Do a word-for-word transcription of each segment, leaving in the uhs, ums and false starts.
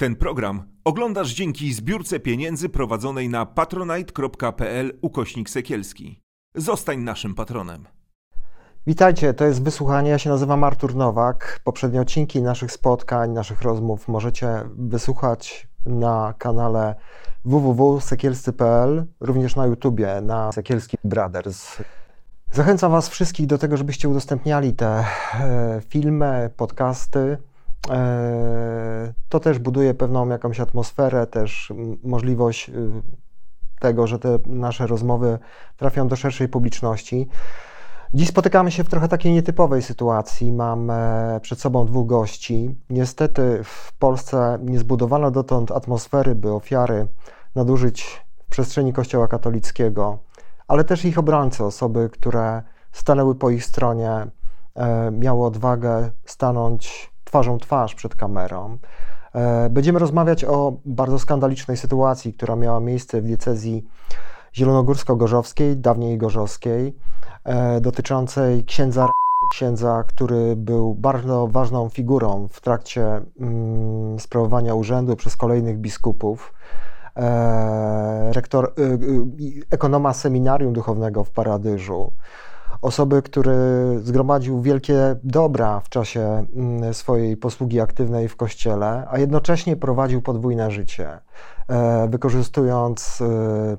Ten program oglądasz dzięki zbiórce pieniędzy prowadzonej na patronite.pl ukośnik Sekielski. Zostań naszym patronem. Witajcie, to jest wysłuchanie. Ja się nazywam Artur Nowak. Poprzednie odcinki naszych spotkań, naszych rozmów możecie wysłuchać na kanale w w w kropka sekielscy kropka p l, również na YouTubie, na Sekielski Brothers. Zachęcam Was wszystkich do tego, żebyście udostępniali te e, filmy, podcasty. E, to też buduje pewną jakąś atmosferę, też m, możliwość e, tego, że te nasze rozmowy trafią do szerszej publiczności. Dziś spotykamy się w trochę takiej nietypowej sytuacji. Mam e, przed sobą dwóch gości. Niestety w Polsce nie zbudowano dotąd atmosfery, by ofiary nadużyć w przestrzeni Kościoła katolickiego, ale też ich obrońcy, osoby, które stanęły po ich stronie, e, miały odwagę stanąć twarzą w twarz przed kamerą. E, będziemy rozmawiać o bardzo skandalicznej sytuacji, która miała miejsce w diecezji zielonogórsko-gorzowskiej, dawniej gorzowskiej, e, dotyczącej księdza, księdza, który był bardzo ważną figurą w trakcie mm, sprawowania urzędu przez kolejnych biskupów. E, rektor, y, y, ekonoma seminarium duchownego w Paradyżu, osoby, który zgromadził wielkie dobra w czasie y, swojej posługi aktywnej w Kościele, a jednocześnie prowadził podwójne życie, e, wykorzystując y,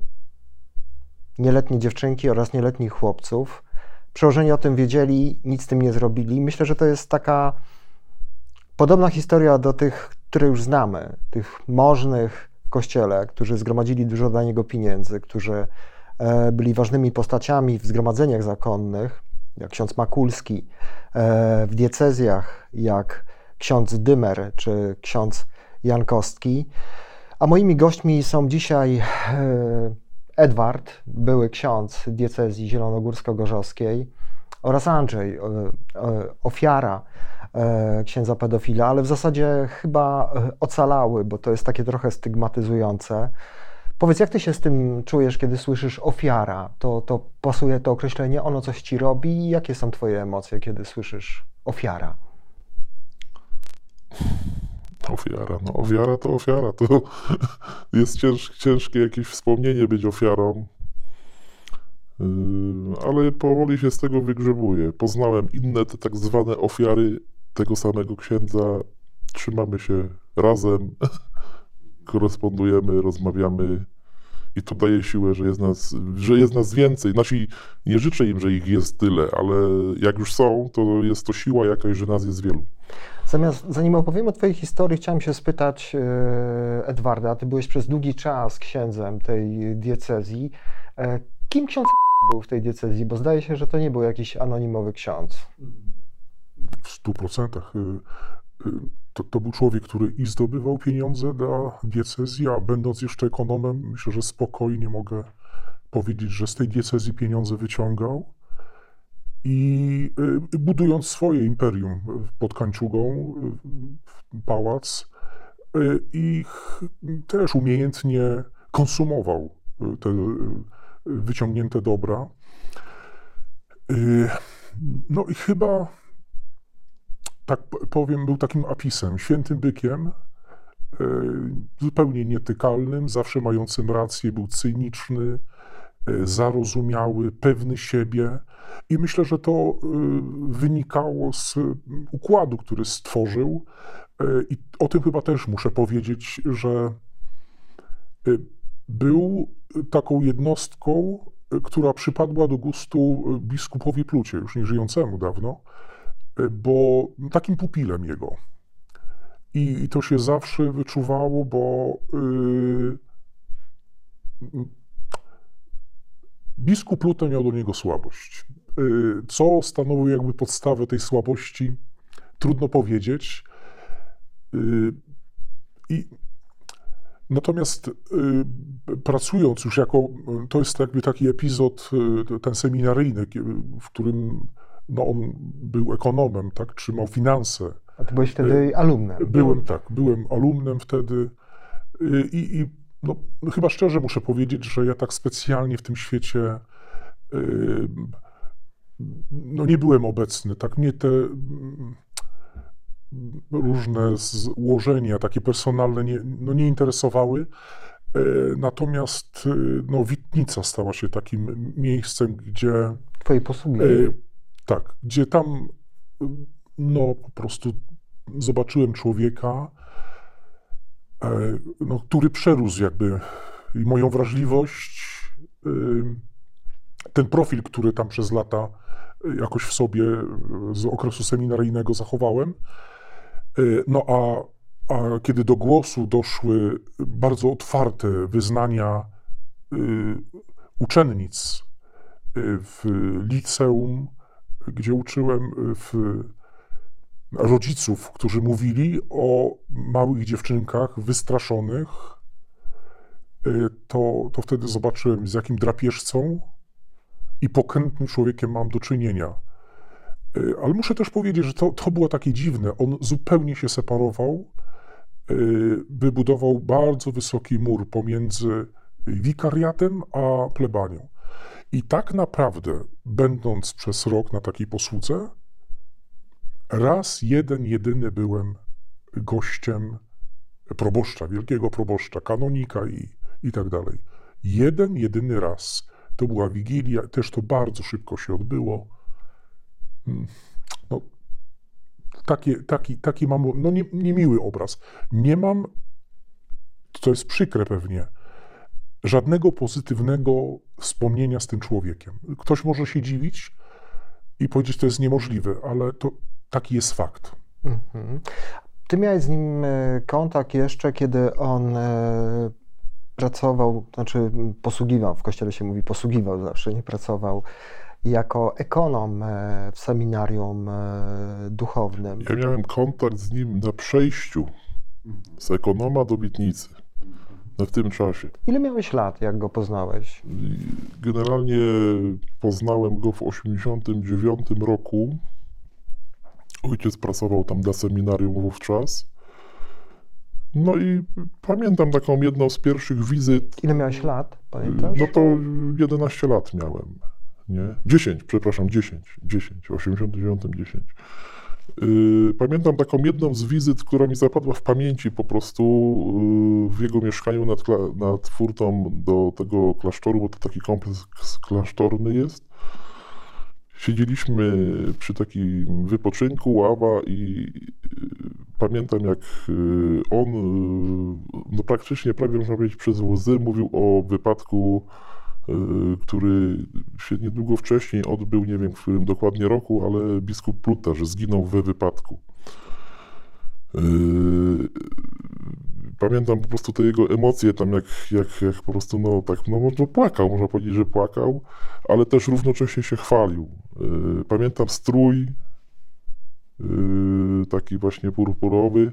nieletnie dziewczynki oraz nieletnich chłopców. Przełożeni o tym wiedzieli, nic z tym nie zrobili. Myślę, że to jest taka podobna historia do tych, które już znamy, tych możnych Kościele, którzy zgromadzili dużo dla niego pieniędzy, którzy byli ważnymi postaciami w zgromadzeniach zakonnych, jak ksiądz Makulski, w diecezjach, jak ksiądz Dymer czy ksiądz Jan Kostki. A moimi gośćmi są dzisiaj Edward, były ksiądz diecezji zielonogórsko-gorzowskiej, oraz Andrzej, ofiara księdza pedofila, ale w zasadzie chyba ocalały, bo to jest takie trochę stygmatyzujące. Powiedz, jak ty się z tym czujesz, kiedy słyszysz ofiara? To, to pasuje to określenie, ono coś ci robi? Jakie są twoje emocje, kiedy słyszysz ofiara? Ofiara, no ofiara to ofiara, to jest cięż, ciężkie jakieś wspomnienie być ofiarą, yy, ale powoli się z tego wygrzebuję. Poznałem inne te tak zwane ofiary tego samego księdza, trzymamy się razem, korespondujemy, rozmawiamy i to daje siłę, że jest nas, że jest nas więcej. Znaczy, nie życzę im, że ich jest tyle, ale jak już są, to jest to siła jakaś, że nas jest wielu. Zamiast, zanim opowiem o twojej historii, chciałem się spytać e, Edwarda, ty byłeś przez długi czas księdzem tej diecezji. E, kim ksiądz był w tej diecezji? Bo zdaje się, że to nie był jakiś anonimowy ksiądz. W stu procentach. To, to był człowiek, który i zdobywał pieniądze dla diecezji, a będąc jeszcze ekonomem, myślę, że spokojnie mogę powiedzieć, że z tej diecezji pieniądze wyciągał. I budując swoje imperium pod Kańczugą, pałac, ich też umiejętnie konsumował te wyciągnięte dobra. No i chyba, tak powiem, był takim apisem, świętym bykiem, zupełnie nietykalnym, zawsze mającym rację, był cyniczny, zarozumiały, pewny siebie. I myślę, że to wynikało z układu, który stworzył. I o tym chyba też muszę powiedzieć, że był taką jednostką, która przypadła do gustu biskupowi Plucie, już nie żyjącemu dawno, bo takim pupilem jego. I to się zawsze wyczuwało, bo yy, biskup Pluto miał do niego słabość. Co stanowiło jakby podstawę tej słabości, trudno powiedzieć. I natomiast pracując już jako, to jest jakby taki epizod, ten seminaryjny, w którym no on był ekonomem, tak, trzymał finanse. A ty byłeś wtedy alumnem. Byłem, tak, byłem alumnem wtedy i, i no, chyba szczerze muszę powiedzieć, że ja tak specjalnie w tym świecie no nie byłem obecny, tak mnie te różne złożenia, takie personalne, nie, no nie interesowały. Natomiast no, Witnica stała się takim miejscem, gdzie... Twojej posługi. E, tak, gdzie tam no po prostu zobaczyłem człowieka, e, no, który przerósł jakby i moją wrażliwość, e, ten profil, który tam przez lata jakoś w sobie z okresu seminaryjnego zachowałem. E, no a A kiedy do głosu doszły bardzo otwarte wyznania y, uczennic y, w liceum, gdzie uczyłem, w rodziców, którzy mówili o małych dziewczynkach wystraszonych, y, to, to wtedy zobaczyłem, z jakim drapieżcą i pokrętnym człowiekiem mam do czynienia. Y, ale muszę też powiedzieć, że to, to było takie dziwne. On zupełnie się separował. Wybudował bardzo wysoki mur pomiędzy wikariatem a plebanią. I tak naprawdę, będąc przez rok na takiej posłudze, raz jeden, jedyny byłem gościem proboszcza, wielkiego proboszcza, kanonika i, i tak dalej. Jeden, jedyny raz. To była Wigilia, też to bardzo szybko się odbyło. No, Taki, taki, taki mam, no nie, niemiły obraz. Nie mam, to jest przykre pewnie, żadnego pozytywnego wspomnienia z tym człowiekiem. Ktoś może się dziwić i powiedzieć, że to jest niemożliwe, ale to taki jest fakt. Mhm. Ty miałeś z nim kontakt jeszcze, kiedy on pracował, znaczy posługiwał, w kościele się mówi posługiwał zawsze, nie pracował, jako ekonom w seminarium duchownym. Ja miałem kontakt z nim na przejściu z ekonoma do Witnicy, w tym czasie. Ile miałeś lat, jak go poznałeś? Generalnie poznałem go w osiemdziesiątym dziewiątym roku. Ojciec pracował tam dla seminarium wówczas. No i pamiętam taką jedną z pierwszych wizyt. Ile miałeś lat, pamiętasz? No to jedenaście lat miałem. Nie? dziesięć, przepraszam, dziesięć, dziesięć, w osiemdziesiątym dziewiątym dziesięć. Yy, pamiętam taką jedną z wizyt, która mi zapadła w pamięci po prostu yy, w jego mieszkaniu nad, nad furtą do tego klasztoru, bo to taki kompleks klasztorny jest. Siedzieliśmy przy takim wypoczynku, ława i yy, pamiętam jak yy, on yy, no praktycznie prawie można powiedzieć przez łzy mówił o wypadku, który się niedługo wcześniej odbył, nie wiem w którym dokładnie roku, ale biskup Pluta, że zginął we wypadku. Pamiętam po prostu te jego emocje tam, jak, jak, jak po prostu, no tak, no, no płakał, można powiedzieć, że płakał, ale też równocześnie się chwalił. Pamiętam strój, taki właśnie purpurowy.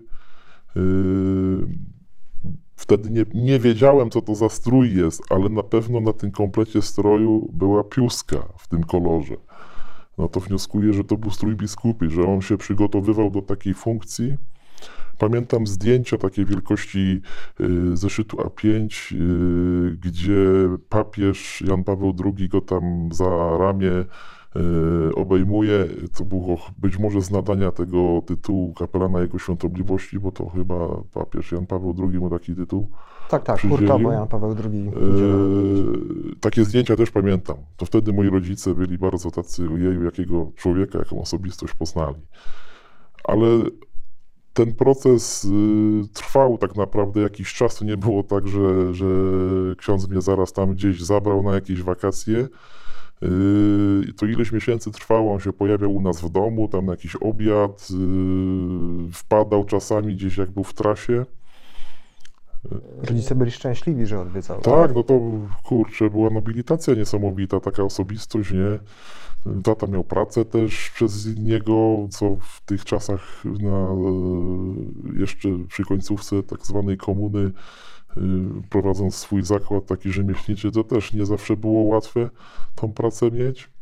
Wtedy nie, nie wiedziałem, co to za strój jest, ale na pewno na tym komplecie stroju była piuska w tym kolorze. No to wnioskuję, że to był strój biskupi, że on się przygotowywał do takiej funkcji. Pamiętam zdjęcia takiej wielkości y, zeszytu A pięć, y, gdzie papież Jan Paweł drugi go tam za ramię y, obejmuje. To było być może z nadania tego tytułu kapelana jego świątobliwości, bo to chyba papież Jan Paweł drugi mu taki tytuł Tak, tak, przydzielił. hurtowo Jan Paweł drugi. Y, takie zdjęcia też pamiętam. To wtedy moi rodzice byli bardzo tacy, ojeju, jakiego człowieka, jaką osobistość poznali. Ale ten proces y, trwał tak naprawdę jakiś czas. To nie było tak, że, że ksiądz mnie zaraz tam gdzieś zabrał na jakieś wakacje. Y, to ileś miesięcy trwało, on się pojawiał u nas w domu, tam na jakiś obiad, y, wpadał czasami gdzieś jak był w trasie. Rodzice byli szczęśliwi, że odwiedzał. Tak, no to kurczę, była nobilitacja niesamowita, taka osobistość, nie? Tata miał pracę też przez niego, co w tych czasach na, jeszcze przy końcówce tak zwanej komuny, prowadząc swój zakład taki rzemieślniczy, to też nie zawsze było łatwe tą pracę mieć.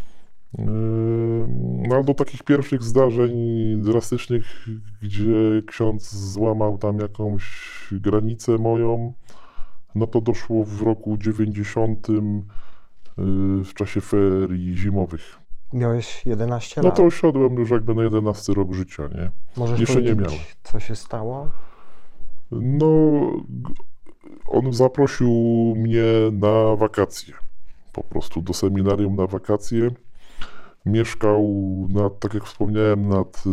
No ale do takich pierwszych zdarzeń drastycznych, gdzie ksiądz złamał tam jakąś granicę moją, no to doszło w roku dziewięćdziesiątym w czasie ferii zimowych. Miałeś jedenaście No lat. to osiadłem już jakby na jedenasty rok życia, nie? Możesz Jeszcze nie powiedzieć, miałem. co się stało? No, g- on zaprosił mnie na wakacje, po prostu do seminarium na wakacje. Mieszkał, nad, tak jak wspomniałem, nad y,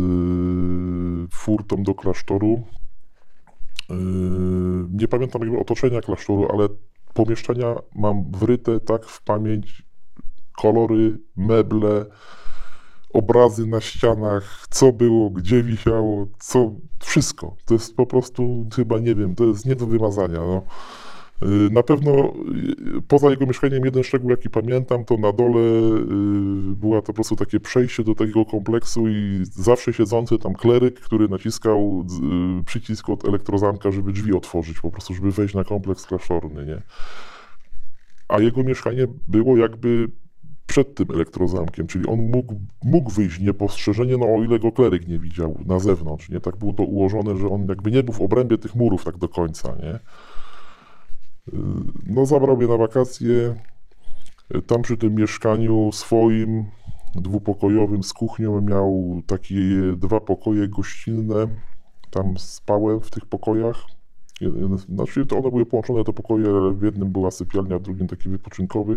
furtą do klasztoru. Y, nie pamiętam jakby otoczenia klasztoru, ale pomieszczenia mam wryte tak w pamięć, kolory, meble, obrazy na ścianach, co było, gdzie wisiało, co, wszystko. To jest po prostu, chyba nie wiem, to jest nie do wymazania. No. Y, Na pewno y, poza jego mieszkaniem jeden szczegół, jaki pamiętam, to na dole y, była to po prostu takie przejście do tego kompleksu i zawsze siedzący tam kleryk, który naciskał y, przycisk od elektrozamka, żeby drzwi otworzyć, po prostu, żeby wejść na kompleks klasztorny, nie? A jego mieszkanie było jakby przed tym elektrozamkiem, czyli on mógł, mógł wyjść niepostrzeżenie, no o ile go kleryk nie widział na zewnątrz, nie? Tak było to ułożone, że on jakby nie był w obrębie tych murów tak do końca, nie? Y, No zabrał mnie na wakacje, Y, tam przy tym mieszkaniu swoim, dwupokojowym z kuchnią miał takie dwa pokoje gościnne, tam spałem w tych pokojach. Jeden, znaczy to one były połączone te pokoje, ale w jednym była sypialnia, w drugim taki wypoczynkowy.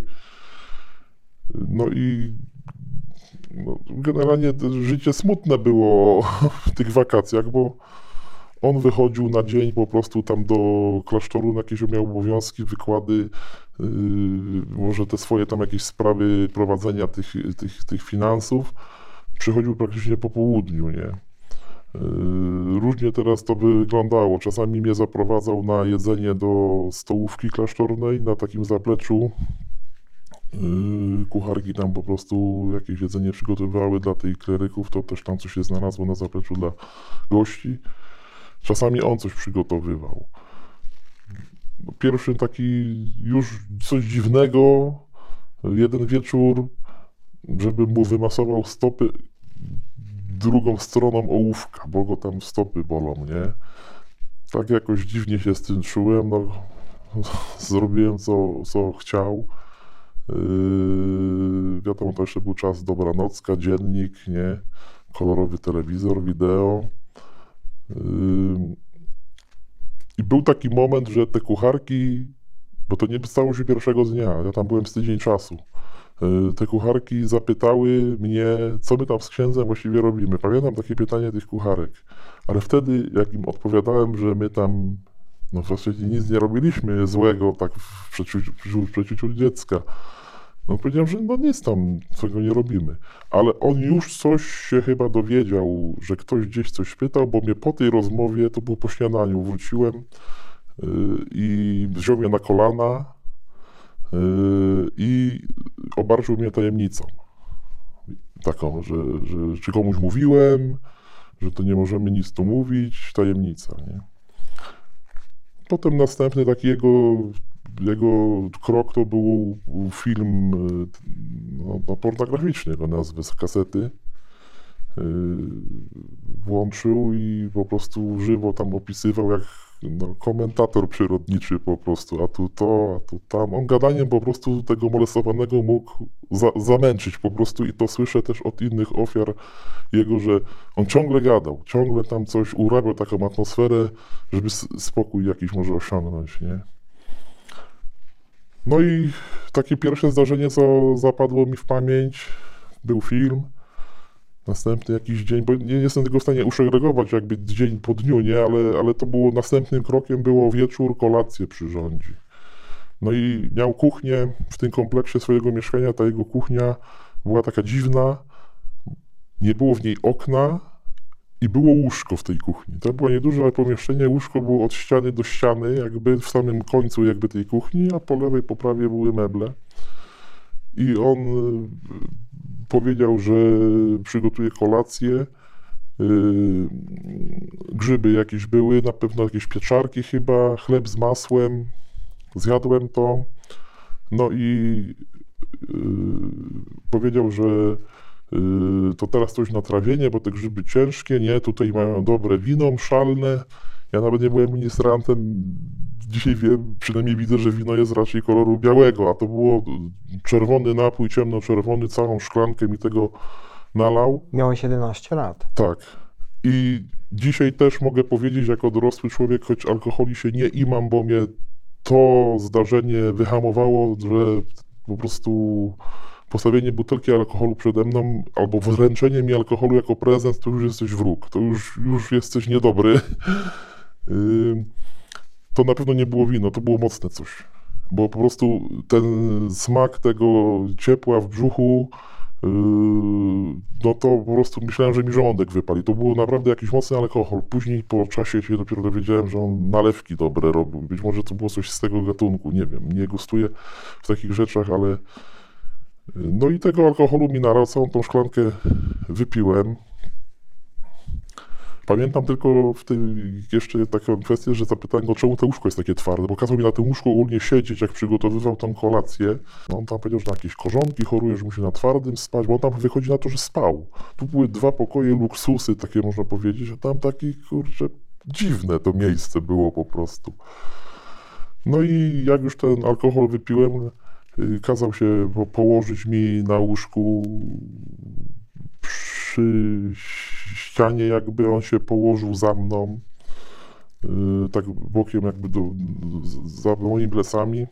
No i no, generalnie to życie smutne było w tych wakacjach, bo on wychodził na dzień po prostu tam do klasztoru na jakieś miał obowiązki, wykłady, yy, może te swoje tam jakieś sprawy prowadzenia tych, tych, tych finansów. Przychodził praktycznie po południu, nie? Yy, Różnie teraz to wyglądało. Czasami mnie zaprowadzał na jedzenie do stołówki klasztornej na takim zapleczu. Yy, Kucharki tam po prostu jakieś jedzenie przygotowywały dla tych kleryków, to też tam coś się znalazło na zapleczu dla gości. Czasami on coś przygotowywał. Pierwszy taki już coś dziwnego, jeden wieczór, żeby mu wymasował stopy drugą stroną ołówka, bo go tam stopy bolą, nie? Tak jakoś dziwnie się z tym czułem, no zrobiłem co, co chciał. Yy, wiadomo, to jeszcze był czas dobranocka, dziennik, nie? Kolorowy telewizor, wideo. Yy, I był taki moment, że te kucharki, bo to nie stało się pierwszego dnia, ja tam byłem z tydzień czasu. Yy, Te kucharki zapytały mnie, co my tam z księdzem właściwie robimy. Pamiętam takie pytanie tych kucharek, ale wtedy, jak im odpowiadałem, że my tam no właściwie nic nie robiliśmy złego, tak w przeczuciu, w przeczuciu dziecka, no powiedziałem, że no nic tam, czego nie robimy. Ale on już coś się chyba dowiedział, że ktoś gdzieś coś pytał, bo mnie po tej rozmowie, to było po śniadaniu, wróciłem yy, i wziął mnie na kolana yy, i obarczył mnie tajemnicą. Taką, że, że czy komuś mówiłem, że to nie możemy nic tu mówić, tajemnica, nie? Potem następny taki jego, jego krok to był film no, no, pornograficzny, go nazwę z kasety. Yy, włączył i po prostu żywo tam opisywał jak no, komentator przyrodniczy po prostu, a tu to, a tu tam. On gadaniem po prostu tego molestowanego mógł za, zamęczyć po prostu i to słyszę też od innych ofiar jego, że on ciągle gadał, ciągle tam coś urabiał, taką atmosferę, żeby s- spokój jakiś może osiągnąć, nie? No i takie pierwsze zdarzenie, co zapadło mi w pamięć, był film. Następny jakiś dzień, bo nie jestem tego w stanie uszeregować jakby dzień po dniu, nie, ale, ale to było następnym krokiem, było wieczór, kolację przyrządzi. No i miał kuchnię w tym kompleksie swojego mieszkania, ta jego kuchnia była taka dziwna, nie było w niej okna i było łóżko w tej kuchni. To było nieduże pomieszczenie, łóżko było od ściany do ściany, jakby w samym końcu jakby tej kuchni, a po lewej, po prawej były meble. I on y, powiedział, że przygotuje kolację, y, grzyby jakieś były, na pewno jakieś pieczarki chyba, chleb z masłem, zjadłem to. No i y, powiedział, że y, to teraz coś na trawienie, bo te grzyby ciężkie, nie, tutaj mają dobre wino mszalne, Ja nawet nie byłem ministrantem, dzisiaj wiem, przynajmniej widzę, że wino jest raczej koloru białego, a to było czerwony napój, ciemnoczerwony, całą szklankę mi tego nalał. Miałeś jedenaście lat. Tak. I dzisiaj też mogę powiedzieć, jako dorosły człowiek, choć alkoholi się nie imam, bo mnie to zdarzenie wyhamowało, że po prostu postawienie butelki alkoholu przede mną albo wręczenie mi alkoholu jako prezent, to już jesteś wróg, to już, już jesteś niedobry. To na pewno nie było wino, to było mocne coś. Bo po prostu ten smak tego ciepła w brzuchu, no to po prostu myślałem, że mi żołądek wypali. To było naprawdę jakiś mocny alkohol. Później po czasie się dopiero dowiedziałem, że on nalewki dobre robił. Być może to było coś z tego gatunku, nie wiem. Nie gustuję w takich rzeczach, ale no i tego alkoholu mi nalał, całą tą szklankę wypiłem. Pamiętam tylko w tej jeszcze taką kwestię, że zapytałem go, czemu to łóżko jest takie twarde, bo kazał mi na tym łóżku ogólnie siedzieć, jak przygotowywał tą kolację. No on tam powiedział, że na jakieś korzonki choruje, że musi na twardym spać, bo on tam wychodzi na to, że spał. Tu były dwa pokoje luksusy, takie można powiedzieć, a tam takie, kurczę, dziwne to miejsce było po prostu. No i jak już ten alkohol wypiłem, kazał się położyć mi na łóżku przy ścianie, jakby on się położył za mną, yy, tak bokiem jakby do, za moimi plecami.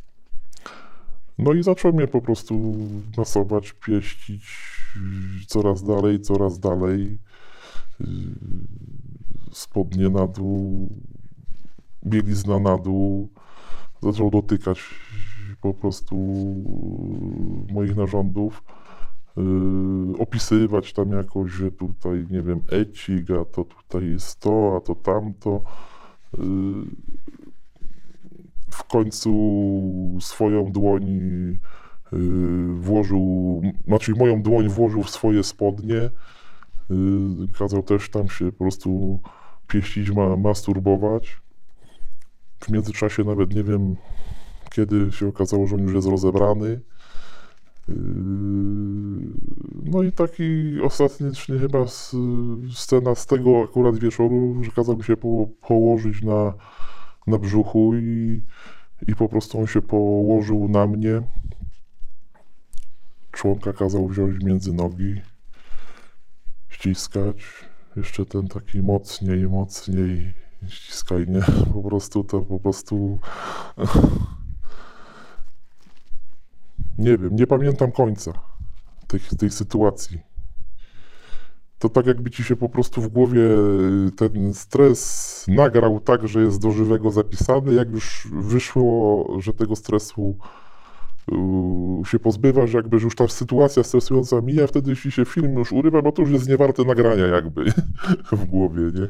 No i zaczął mnie po prostu masować, pieścić coraz dalej, coraz dalej. Yy, spodnie na dół, bielizna na dół. Zaczął dotykać po prostu moich narządów. Yy, opisywać tam jakoś, że tutaj, nie wiem, ecik, a to tutaj jest to, a to tamto. Yy, w końcu swoją dłoń yy, włożył, znaczy moją dłoń włożył w swoje spodnie. Yy, kazał też tam się po prostu pieścić, ma, masturbować. W międzyczasie nawet nie wiem, kiedy się okazało, że on już jest rozebrany. No i taki ostateczny chyba scena z tego akurat wieczoru, że kazał mi się po, położyć na, na brzuchu i, i po prostu on się położył na mnie. Członka kazał wziąć między nogi, ściskać. Jeszcze ten taki mocniej, mocniej ściskaj, nie? Po prostu to po prostu... Nie wiem, nie pamiętam końca tej, tej sytuacji. To tak jakby ci się po prostu w głowie ten stres nagrał tak, że jest do żywego zapisany. Jak już wyszło, że tego stresu yy, się pozbywasz, jakby że już ta sytuacja stresująca mija, wtedy jeśli się film już urywa, bo to już jest niewarte nagrania jakby w głowie, nie?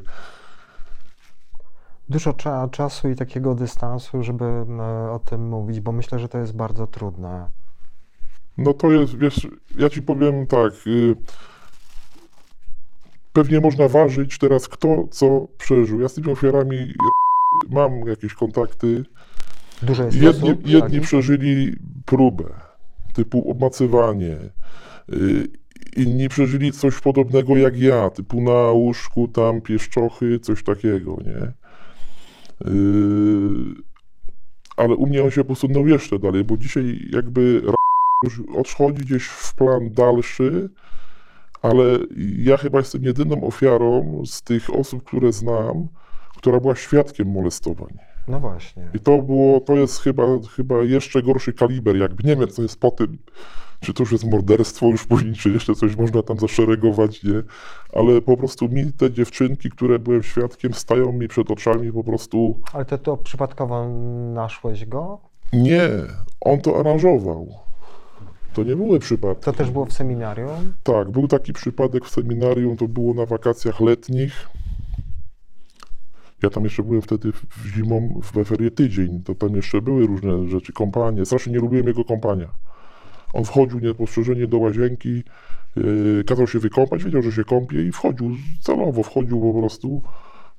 Dużo trzeba czasu i takiego dystansu, żeby o tym mówić, bo myślę, że to jest bardzo trudne. No to jest, wiesz, ja ci powiem tak, yy, pewnie można ważyć teraz kto co przeżył. Ja z tymi ofiarami mam jakieś kontakty. Dużo jest Jedni, osób, jedni tak? przeżyli próbę, typu obmacywanie. Yy, inni przeżyli coś podobnego jak ja, typu na łóżku tam pieszczochy, coś takiego, nie? Yy, ale u mnie on się posunął jeszcze dalej, bo dzisiaj jakby już odchodzi gdzieś w plan dalszy, ale ja chyba jestem jedyną ofiarą z tych osób, które znam, która była świadkiem molestowań. No właśnie. I to było, to jest chyba, chyba jeszcze gorszy kaliber, jakby nie wiem, co jest po tym, czy to już jest morderstwo już później, czy jeszcze coś można tam zaszeregować, nie? Ale po prostu mi te dziewczynki, które byłem świadkiem, stają mi przed oczami po prostu... Ale to, to przypadkowo naszłeś go? Nie, on to aranżował. To nie były przypadki. To też było w seminarium? Tak, był taki przypadek w seminarium, to było na wakacjach letnich. Ja tam jeszcze byłem wtedy w zimą w ferie tydzień, to tam jeszcze były różne rzeczy, kąpanie. Strasznie nie lubiłem jego kąpania. On wchodził niepostrzeżenie do łazienki, yy, kazał się wykąpać, wiedział, że się kąpie i wchodził, celowo wchodził po prostu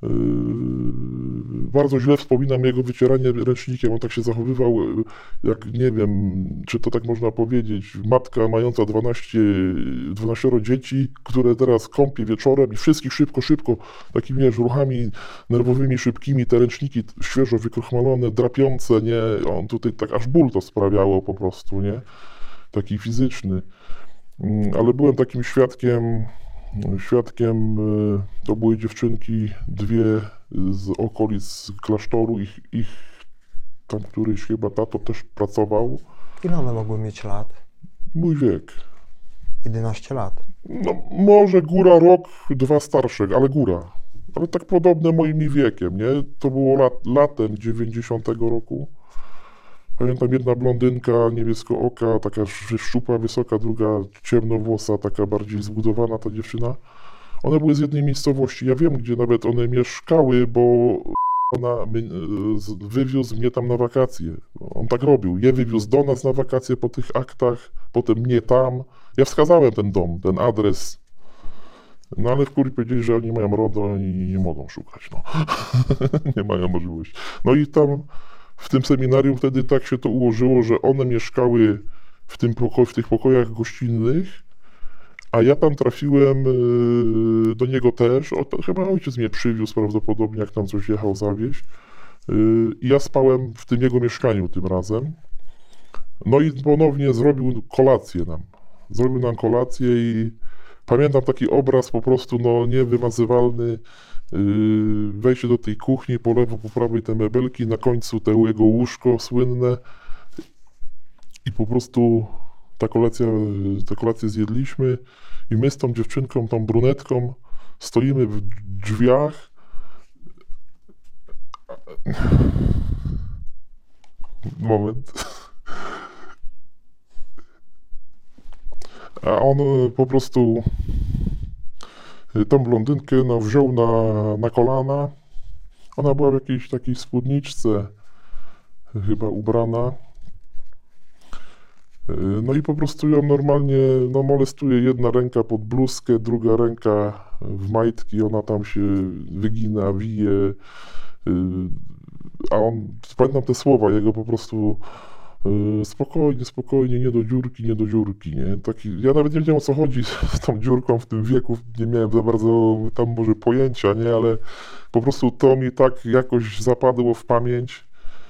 Yy, bardzo źle wspominam jego wycieranie ręcznikiem. On tak się zachowywał, jak nie wiem, czy to tak można powiedzieć, matka mająca dwanaście, dwanaście dzieci, które teraz kąpie wieczorem i wszystkich szybko, szybko, takimi wiesz, ruchami nerwowymi, szybkimi, te ręczniki świeżo wykrochmalone, drapiące, nie? On tutaj tak aż ból to sprawiało po prostu, nie? Taki fizyczny. Yy, ale byłem takim świadkiem. Świadkiem to były dziewczynki, dwie z okolic klasztoru, ich, ich tam któryś chyba tato też pracował. Ile one mogły mieć lat? Mój wiek. jedenaście lat. No może góra rok, dwa starszych, ale góra. Ale tak podobne moim wiekiem, nie? To było lat, latem dziewięćdziesiątego roku. Pamiętam jedna blondynka, niebieskooka, taka szczupła, wysoka, druga ciemnowłosa, taka bardziej zbudowana ta dziewczyna. One były z jednej miejscowości. Ja wiem, gdzie nawet one mieszkały, bo ona my, wywiózł mnie tam na wakacje. On tak robił. Je wywiózł do nas na wakacje po tych aktach, potem mnie tam. Ja wskazałem ten dom, ten adres. No ale w kurii powiedzieli, że oni mają RODO i nie mogą szukać. No. Nie mają możliwości. No i tam w tym seminarium wtedy tak się to ułożyło, że one mieszkały w, tym poko- w tych pokojach gościnnych, a ja tam trafiłem yy, do niego też. O, to chyba ojciec mnie przywiózł prawdopodobnie, jak tam coś jechał zawieźć. Yy, I ja spałem w tym jego mieszkaniu tym razem. No i ponownie zrobił kolację nam. Zrobił nam kolację i pamiętam taki obraz po prostu no niewymazywalny. Yy, wejście do tej kuchni, po lewo, po prawej te mebelki, na końcu te jego łóżko słynne i po prostu ta kolacja, tę kolację zjedliśmy i my z tą dziewczynką, tą brunetką stoimy w drzwiach. Moment. A on po prostu tą blondynkę no, wziął na, na kolana. Ona była w jakiejś takiej spódniczce chyba ubrana. No i po prostu ją normalnie no, molestuje. Jedna ręka pod bluzkę, druga ręka w majtki. Ona tam się wygina, wije. A on, pamiętam te słowa jego po prostu spokojnie, spokojnie, nie do dziurki, nie do dziurki, nie? Taki, ja nawet nie wiedziałem, o co chodzi z tą dziurką w tym wieku, nie miałem za bardzo tam może pojęcia, nie? Ale po prostu to mi tak jakoś zapadło w pamięć.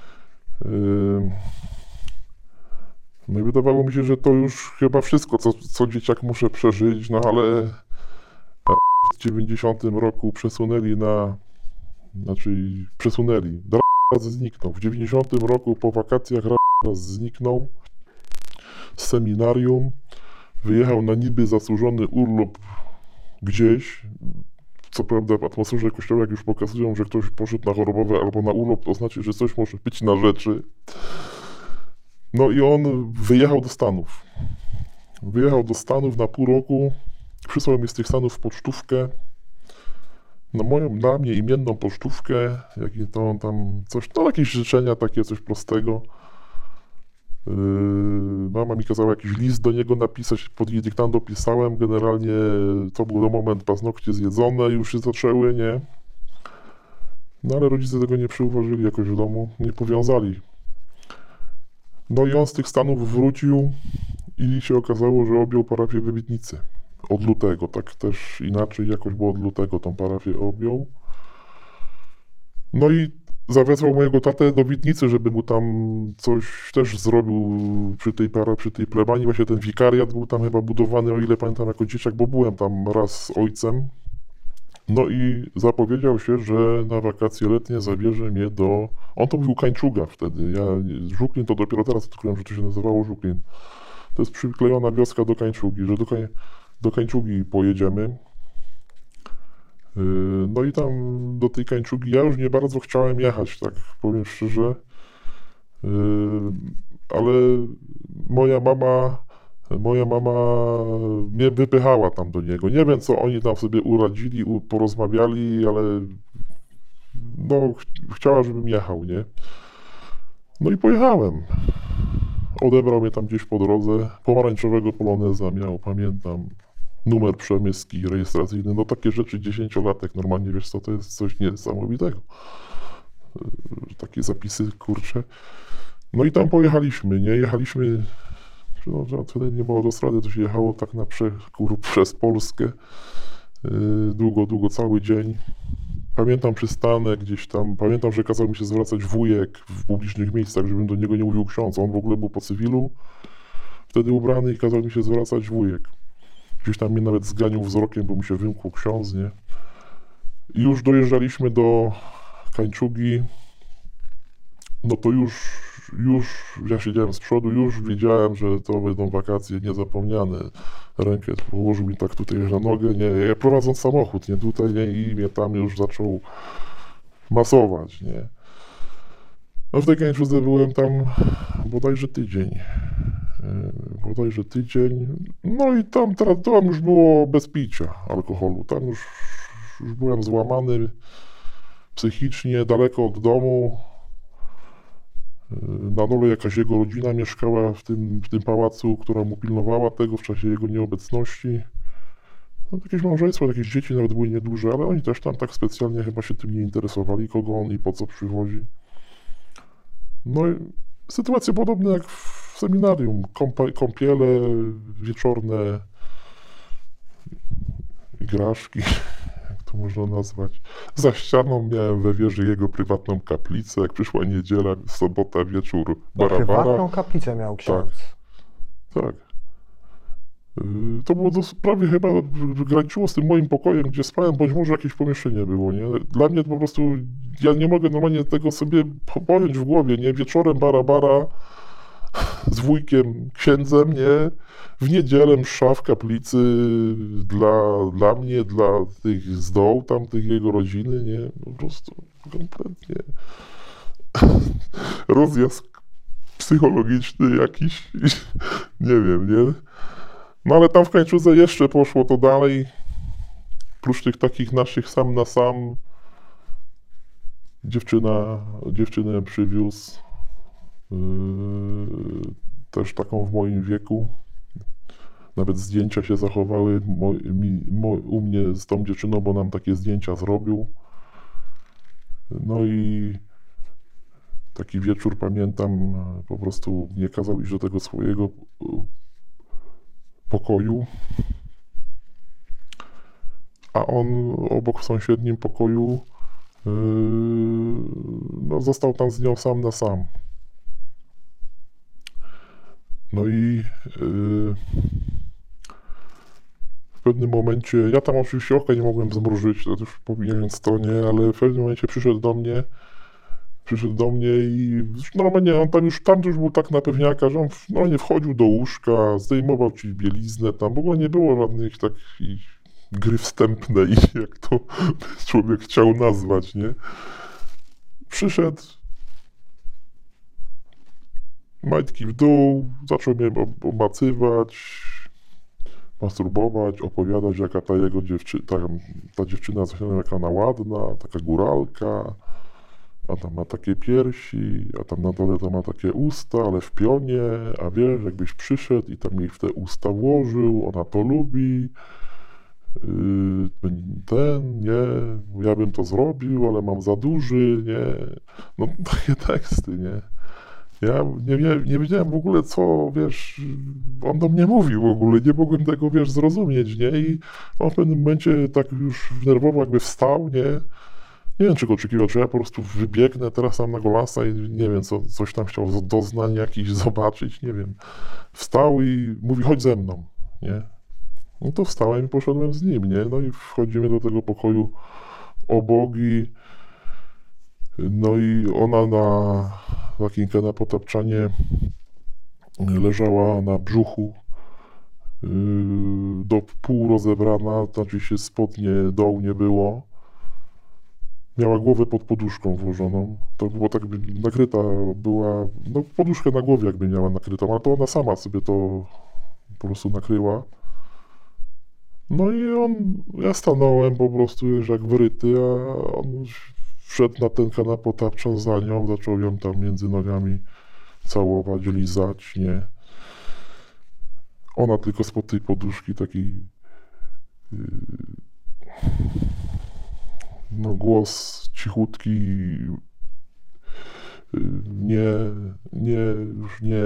No i wydawało mi się, że to już chyba wszystko, co, co dzieciak muszę przeżyć, no ale w dziewięćdziesiątym roku przesunęli na, znaczy przesunęli, raz zniknął. W dziewięćdziesiątym roku po wakacjach raz zniknął z seminarium, wyjechał na niby zasłużony urlop gdzieś. Co prawda w atmosferze kościoła, jak już pokazują, że ktoś poszedł na chorobowe albo na urlop, to znaczy, że coś może być na rzeczy. No i on wyjechał do Stanów. Wyjechał do Stanów na pół roku, przysłał mi z tych Stanów pocztówkę, na moją, dla mnie imienną pocztówkę, jakie to tam coś, no jakieś życzenia takie, coś prostego. Yy, mama mi kazała jakiś list do niego napisać, pod jej dyktando pisałem, generalnie to był moment, paznokcie zjedzone już się zaczęły, nie? No ale rodzice tego nie przyuważyli jakoś w domu, nie powiązali. No i on z tych Stanów wrócił i się okazało, że objął parafię w Wybitnicy. Od lutego, tak też inaczej jakoś, bo od lutego tą parafię objął. No i zawezwał mojego tatę do Witnicy, żeby mu tam coś też zrobił przy tej para, przy tej plebanii. Właśnie ten wikariat był tam chyba budowany, o ile pamiętam, jako dzieciak, bo byłem tam raz z ojcem. No i zapowiedział się, że na wakacje letnie zabierze mnie do... On to był Kańczuga wtedy. Ja Żuklin to dopiero teraz odkryłem, że to się nazywało Żuklin. To jest przyklejona wioska do Kańczugi, że do, Kań... do Kańczugi pojedziemy. No i tam do tej Kańczugi ja już nie bardzo chciałem jechać, tak powiem szczerze. Ale moja mama, moja mama mnie wypychała tam do niego. Nie wiem, co oni tam sobie uradzili, porozmawiali, ale no ch- chciała, żebym jechał, nie? No i pojechałem. Odebrał mnie tam gdzieś po drodze. Pomarańczowego poloneza miał, pamiętam. numer przemyski rejestracyjny, no takie rzeczy dziesięciolatek normalnie, wiesz co, to jest coś niesamowitego. Takie zapisy, kurcze. No i tam pojechaliśmy, nie? Jechaliśmy, no, że wtedy nie było autostrady, to się jechało tak na przekór przez Polskę. Yy, długo, długo, cały dzień. Pamiętam przystanek gdzieś tam, pamiętam, że kazał mi się zwracać wujek w publicznych miejscach, żebym do niego nie mówił ksiądz. On w ogóle był po cywilu, wtedy ubrany i kazał mi się zwracać wujek. Gdzieś tam mnie nawet zganił wzrokiem, bo mi się wymkł ksiądz, nie? I już dojeżdżaliśmy do Kańczugi, no to już, już ja siedziałem z przodu, już wiedziałem, że to będą wakacje niezapomniane. Rękę położył mi tak tutaj na nogę, nie, ja prowadząc samochód, nie, tutaj, nie, i mnie tam już zaczął masować, nie. No w tej Kańczudze byłem tam bodajże tydzień, yy, bodajże tydzień, no i tam, tam już było bez picia alkoholu, tam już, już byłem złamany psychicznie, daleko od domu. Na dole jakaś jego rodzina mieszkała w tym, w tym pałacu, która mu pilnowała tego w czasie jego nieobecności. No, jakieś małżeństwo, jakieś dzieci nawet były nieduże, ale oni też tam tak specjalnie chyba się tym nie interesowali, kogo on i po co przywozi. No i sytuacje podobne jak w seminarium. Kąpa, kąpiele wieczorne, igraszki, jak to można nazwać. Za ścianą miałem we wieży jego prywatną kaplicę. Jak przyszła niedziela, sobota, wieczór, barabara. Prywatną kaplicę miał ksiądz. Tak. tak. Yy, to było dos- prawie chyba graniczyło z tym moim pokojem, gdzie spałem, bądź może jakieś pomieszczenie było, nie? Dla mnie to po prostu, ja nie mogę normalnie tego sobie pojąć w głowie, nie? Wieczorem barabara z wujkiem, księdzem, nie? W niedzielę msza w kaplicy dla, dla mnie, dla tych z dołu, tam tych jego rodziny, nie? Po prostu kompletnie rozjazd psychologiczny jakiś, nie wiem, nie? No ale tam w Kańczudze jeszcze poszło to dalej, prócz tych takich naszych sam na sam, dziewczyna, dziewczynę przywiózł, yy, też taką w moim wieku. Nawet zdjęcia się zachowały mo, mi, mo, u mnie z tą dziewczyną, bo nam takie zdjęcia zrobił. No i taki wieczór pamiętam, po prostu nie kazał iść do tego swojego pokoju, a on obok w sąsiednim pokoju yy, no, został tam z nią sam na sam. No i yy, w pewnym momencie, ja tam oczywiście oka nie mogłem zmrużyć, to już pomijając to, nie, ale w pewnym momencie przyszedł do mnie, przyszedł do mnie i normalnie on tam już, tam już był tak na pewniaka, że on no, nie wchodził do łóżka, zdejmował ci bieliznę, tam w ogóle nie było żadnych takich gry wstępnej, jak to człowiek chciał nazwać, nie. Przyszedł, majtki w dół, zaczął mnie omacywać, masturbować, opowiadać, jaka ta jego dziewczyna, ta, ta dziewczyna, jaka ona ładna, taka góralka, a tam ma takie piersi, a tam na dole to ma takie usta, ale w pionie, a wiesz, jakbyś przyszedł i tam jej w te usta włożył, ona to lubi, yy, ten, nie, ja bym to zrobił, ale mam za duży, nie, no takie teksty, nie. Ja nie, nie, nie wiedziałem w ogóle, co, wiesz, on do mnie mówił w ogóle, nie mogłem tego, wiesz, zrozumieć, nie, i on w pewnym momencie tak już nerwowo jakby wstał, nie, nie wiem, czego oczekiwał, czy ja po prostu wybiegnę teraz tam na golasa i nie wiem, co, coś tam chciał doznań jakiś zobaczyć, nie wiem. Wstał i mówi, chodź ze mną, nie. No to wstałem i poszedłem z nim, nie, no i wchodzimy do tego pokoju obok i no i ona na takim kanapotapczanie leżała na brzuchu, yy, do pół rozebrana, znaczy się spodnie dołu nie było. Miała głowę pod poduszką włożoną, to było tak nakryta, była, no poduszkę na głowie jakby miała nakrytą, ale to ona sama sobie to po prostu nakryła. No i on, ja stanąłem po prostu już jak wryty, a on wszedł na ten kanapotapczan za nią, zaczął ją tam między nogami całować, lizać, nie. Ona tylko spod tej poduszki taki no, głos cichutki, nie, nie, już nie.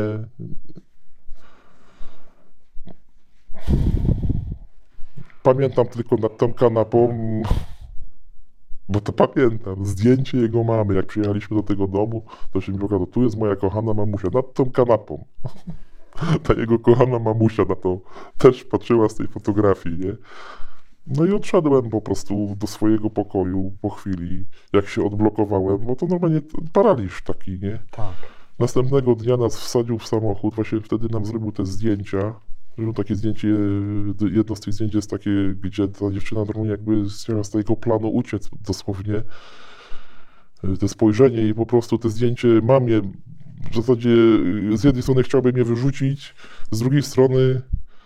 Pamiętam tylko nad tą kanapą, bo to pamiętam, zdjęcie jego mamy, jak przyjechaliśmy do tego domu, to się mi pokazało, tu jest moja kochana mamusia, nad tą kanapą. Ta jego kochana mamusia na to też patrzyła z tej fotografii, nie? No i odszedłem po prostu do swojego pokoju po chwili, jak się odblokowałem, no to normalnie paraliż taki, nie? Tak. Następnego dnia nas wsadził w samochód, właśnie wtedy nam zrobił te zdjęcia. Zrobił takie zdjęcie, jedno z tych zdjęć jest takie, gdzie ta dziewczyna normalnie jakby chciała z tego planu uciec dosłownie. To spojrzenie i po prostu te zdjęcie mamie, w zasadzie z jednej strony chciałbym je wyrzucić, z drugiej strony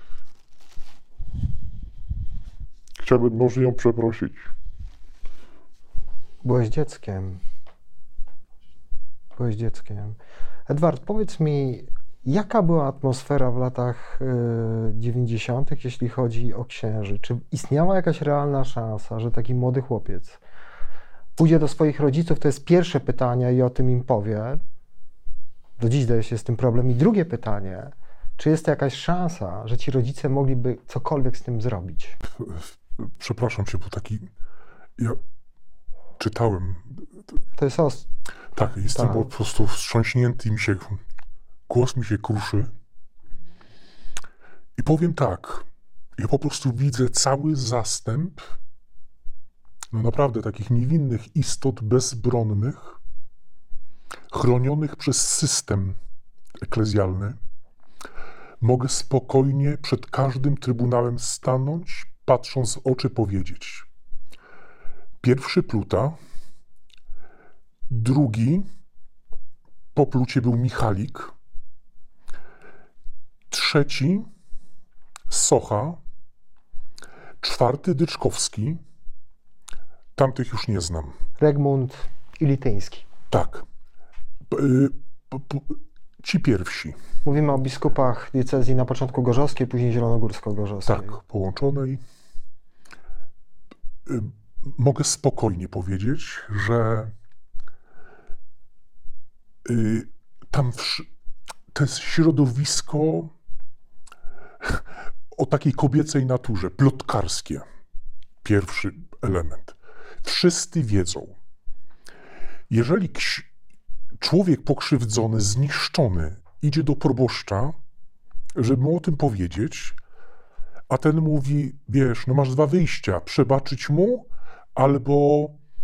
chciałbym może ją przeprosić. Byłeś dzieckiem. Byłeś dzieckiem. Edward, powiedz mi, jaka była atmosfera w latach dziewięćdziesiątych, jeśli chodzi o księży? Czy istniała jakaś realna szansa, że taki młody chłopiec pójdzie do swoich rodziców? To jest pierwsze pytanie i o tym im powie. Do dziś zdaje się z tym problem. I drugie pytanie, czy jest jakaś szansa, że ci rodzice mogliby cokolwiek z tym zrobić? Przepraszam cię, bo taki... Ja czytałem... To jest os... Tak, jestem Tak. po prostu wstrząśnięty, mi się... Głos mi się kruszy. I powiem tak, ja po prostu widzę cały zastęp no naprawdę takich niewinnych istot bezbronnych, chronionych przez system eklezjalny. Mogę spokojnie przed każdym trybunałem stanąć, patrząc w oczy powiedzieć: pierwszy Pluta, drugi po Plucie był Michalik, trzeci Socha, czwarty Dyczkowski, tamtych już nie znam. Regmund i Lityński. Tak. P- y, p- p- ci pierwsi. Mówimy o biskupach diecezji na początku gorzowskiej, później zielonogórsko-gorzowskiej. Tak, połączonej. Y, Mogę spokojnie powiedzieć, że y, tam wsz- to jest środowisko o takiej kobiecej naturze, plotkarskie. Pierwszy element. Wszyscy wiedzą, jeżeli ksi- człowiek pokrzywdzony, zniszczony idzie do proboszcza, żeby mu o tym powiedzieć, a ten mówi, wiesz, no masz dwa wyjścia, przebaczyć mu albo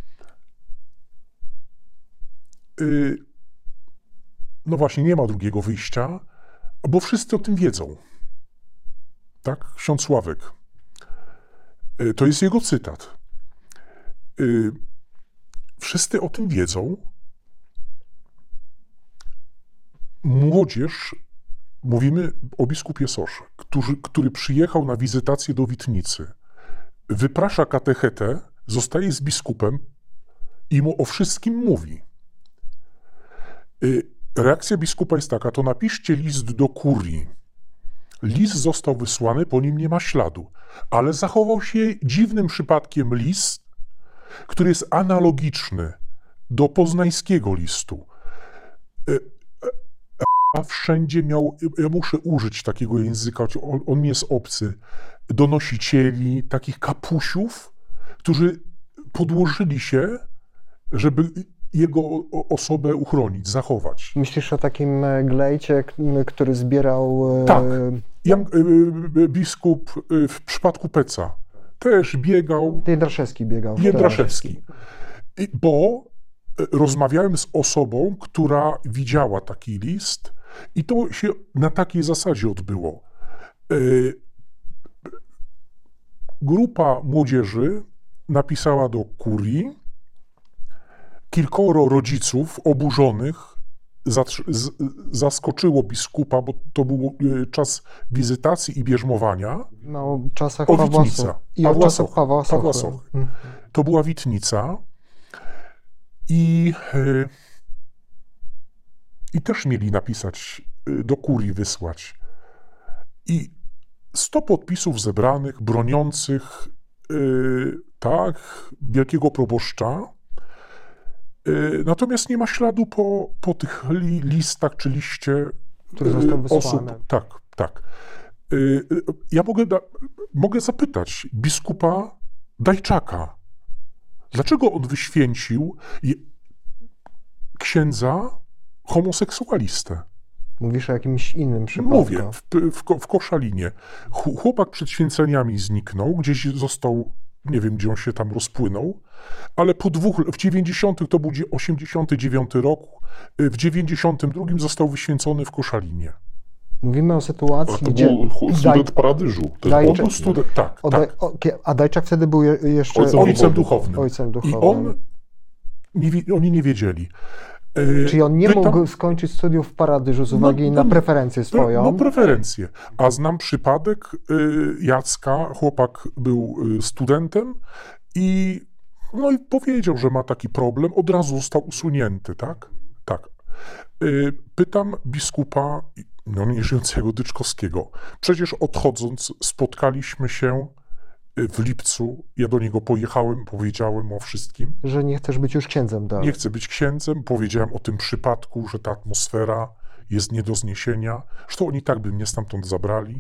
yy, no właśnie, nie ma drugiego wyjścia, bo wszyscy o tym wiedzą. Tak? Ksiądz Sławek. Yy, to jest jego cytat. Yy, wszyscy o tym wiedzą. Młodzież, mówimy o biskupie Soszy, który, który przyjechał na wizytację do Witnicy, wyprasza katechetę, zostaje z biskupem i mu o wszystkim mówi. Yy, reakcja biskupa jest taka: to napiszcie list do kurii. List został wysłany, po nim nie ma śladu, ale zachował się dziwnym przypadkiem list, który jest analogiczny do poznańskiego listu. A wszędzie miał, ja muszę użyć takiego języka, on, on mi jest obcy, donosicieli, takich kapusiów, którzy podłożyli się, żeby jego osobę uchronić, zachować. Myślisz o takim Glejcie, k- który zbierał... e, Tak. Jan, y, biskup y, w przypadku Peca też biegał, Jędraszewski biegał. Jędraszewski. I- Bo y, rozmawiałem z osobą, która widziała taki list i to się na takiej zasadzie odbyło. Y, Grupa młodzieży napisała do kurii, kilkoro rodziców oburzonych zatr- z- zaskoczyło biskupa, bo to był y, czas wizytacji i bierzmowania. No, o czasach O, Pawła Witnica. Soch- I o Pawła czasach Soch- Pawła Pawła Sochy. Sochy. Mhm. To była Witnica i, y, i też mieli napisać, y, do kurii wysłać. I sto podpisów zebranych, broniących y, tak, wielkiego proboszcza. Natomiast nie ma śladu po, po tych li, listach czy liście Który został wysłany. osób. Tak, tak. Ja mogę, da, mogę zapytać biskupa Dajczaka, dlaczego on wyświęcił księdza homoseksualistę? Mówisz o jakimś innym przypadku. Mówię, w, w, w Koszalinie. Chłopak przed święceniami zniknął, gdzieś został, nie wiem, gdzie on się tam rozpłynął, ale po dwóch, w dziewięćdziesiątym, to był osiemdziesiąty dziewiąty rok, w dziewięćdziesiątym drugim został wyświęcony w Koszalinie. Mówimy o sytuacji, A to gdzie... był student Daj... Paradyżu. Ten Dajczak- On był student, tak, O, tak. o, a Dajczak wtedy był je, jeszcze... Ojcem Ojcem duchownym. Ojcem I duchownym. on, nie, wi- oni nie wiedzieli. Czyli on nie Pytam- mógł skończyć studiów w Paradyżu z No, uwagi no, na preferencję No, swoją. no preferencje. A znam przypadek y, Jacka, chłopak był y, studentem i, no i powiedział, że ma taki problem, od razu został usunięty, tak? Tak. Y, pytam biskupa, no nieżyjącego Dyczkowskiego, przecież odchodząc spotkaliśmy się w lipcu, ja do niego pojechałem, powiedziałem o wszystkim. Że nie chcesz być już księdzem dalej. Nie chcę być księdzem, powiedziałem o tym przypadku, że ta atmosfera jest nie do zniesienia. Zresztą oni tak by mnie stamtąd zabrali.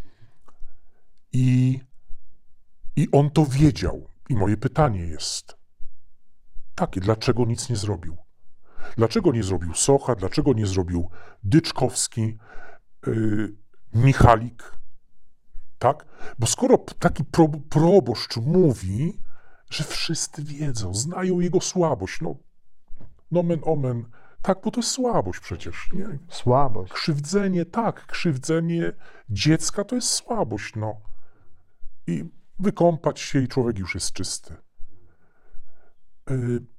I, I on to wiedział. I moje pytanie jest takie, dlaczego nic nie zrobił? Dlaczego nie zrobił Socha? Dlaczego nie zrobił Dyczkowski, yy, Michalik? Tak? Bo skoro taki pro, proboszcz mówi, że wszyscy wiedzą, znają jego słabość, no nomen omen, tak, bo to jest słabość przecież, nie? Słabość. Krzywdzenie, tak, krzywdzenie dziecka to jest słabość, no. I wykąpać się i człowiek już jest czysty. Yy,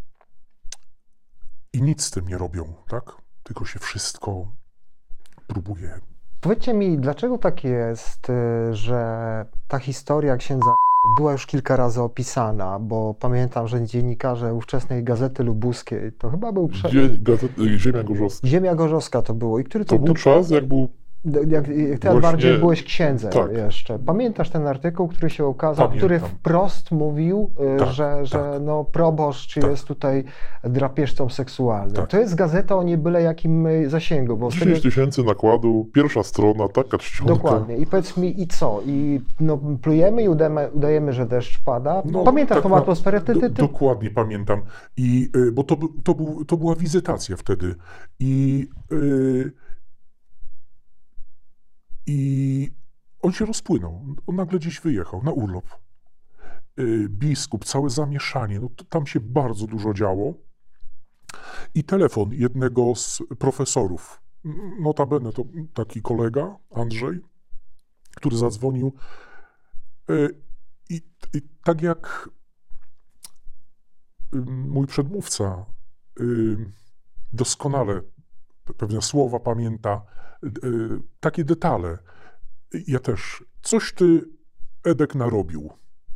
I nic z tym nie robią, tak? Tylko się wszystko próbuje. Powiedzcie mi, dlaczego tak jest, że ta historia księdza była już kilka razy opisana, bo pamiętam, że dziennikarze ówczesnej Gazety Lubuskiej, to chyba był... Prze... Zie, gazet, Ziemia Gorzowska. Ziemia Gorzowska to było. I który to, To był czas, jak był... Jak, jak ty Właśnie- bardziej byłeś księdzem tak. jeszcze. Pamiętasz ten artykuł, który się ukazał, Pamiętam. który wprost mówił, y, Tak, że, że tak. no, proboszcz Tak. jest tutaj drapieżcą seksualnym. Tak. To jest gazeta o nie byle jakim y, zasięgu. Bo z tego, dziesięć tysięcy nakładu, pierwsza strona, taka czcionka. dokładnie. I powiedz mi, i co? I no, plujemy i udajemy, udajemy, że deszcz pada. No, Pamiętasz tak tą na- atmosferę? Ty, ty, Do, ty? dokładnie pamiętam. I, y, bo to, był- to, był, to była wizytacja wtedy. I, y, I on się rozpłynął. On nagle gdzieś wyjechał na urlop. Y, biskup, całe zamieszanie. No, to, tam się bardzo dużo działo. I telefon jednego z profesorów, notabene to taki kolega, Andrzej, który zadzwonił. Y, I, i tak jak y, mój przedmówca y, doskonale pewne słowa pamięta, y, y, takie detale. Ja też. Coś ty, Edek, narobił.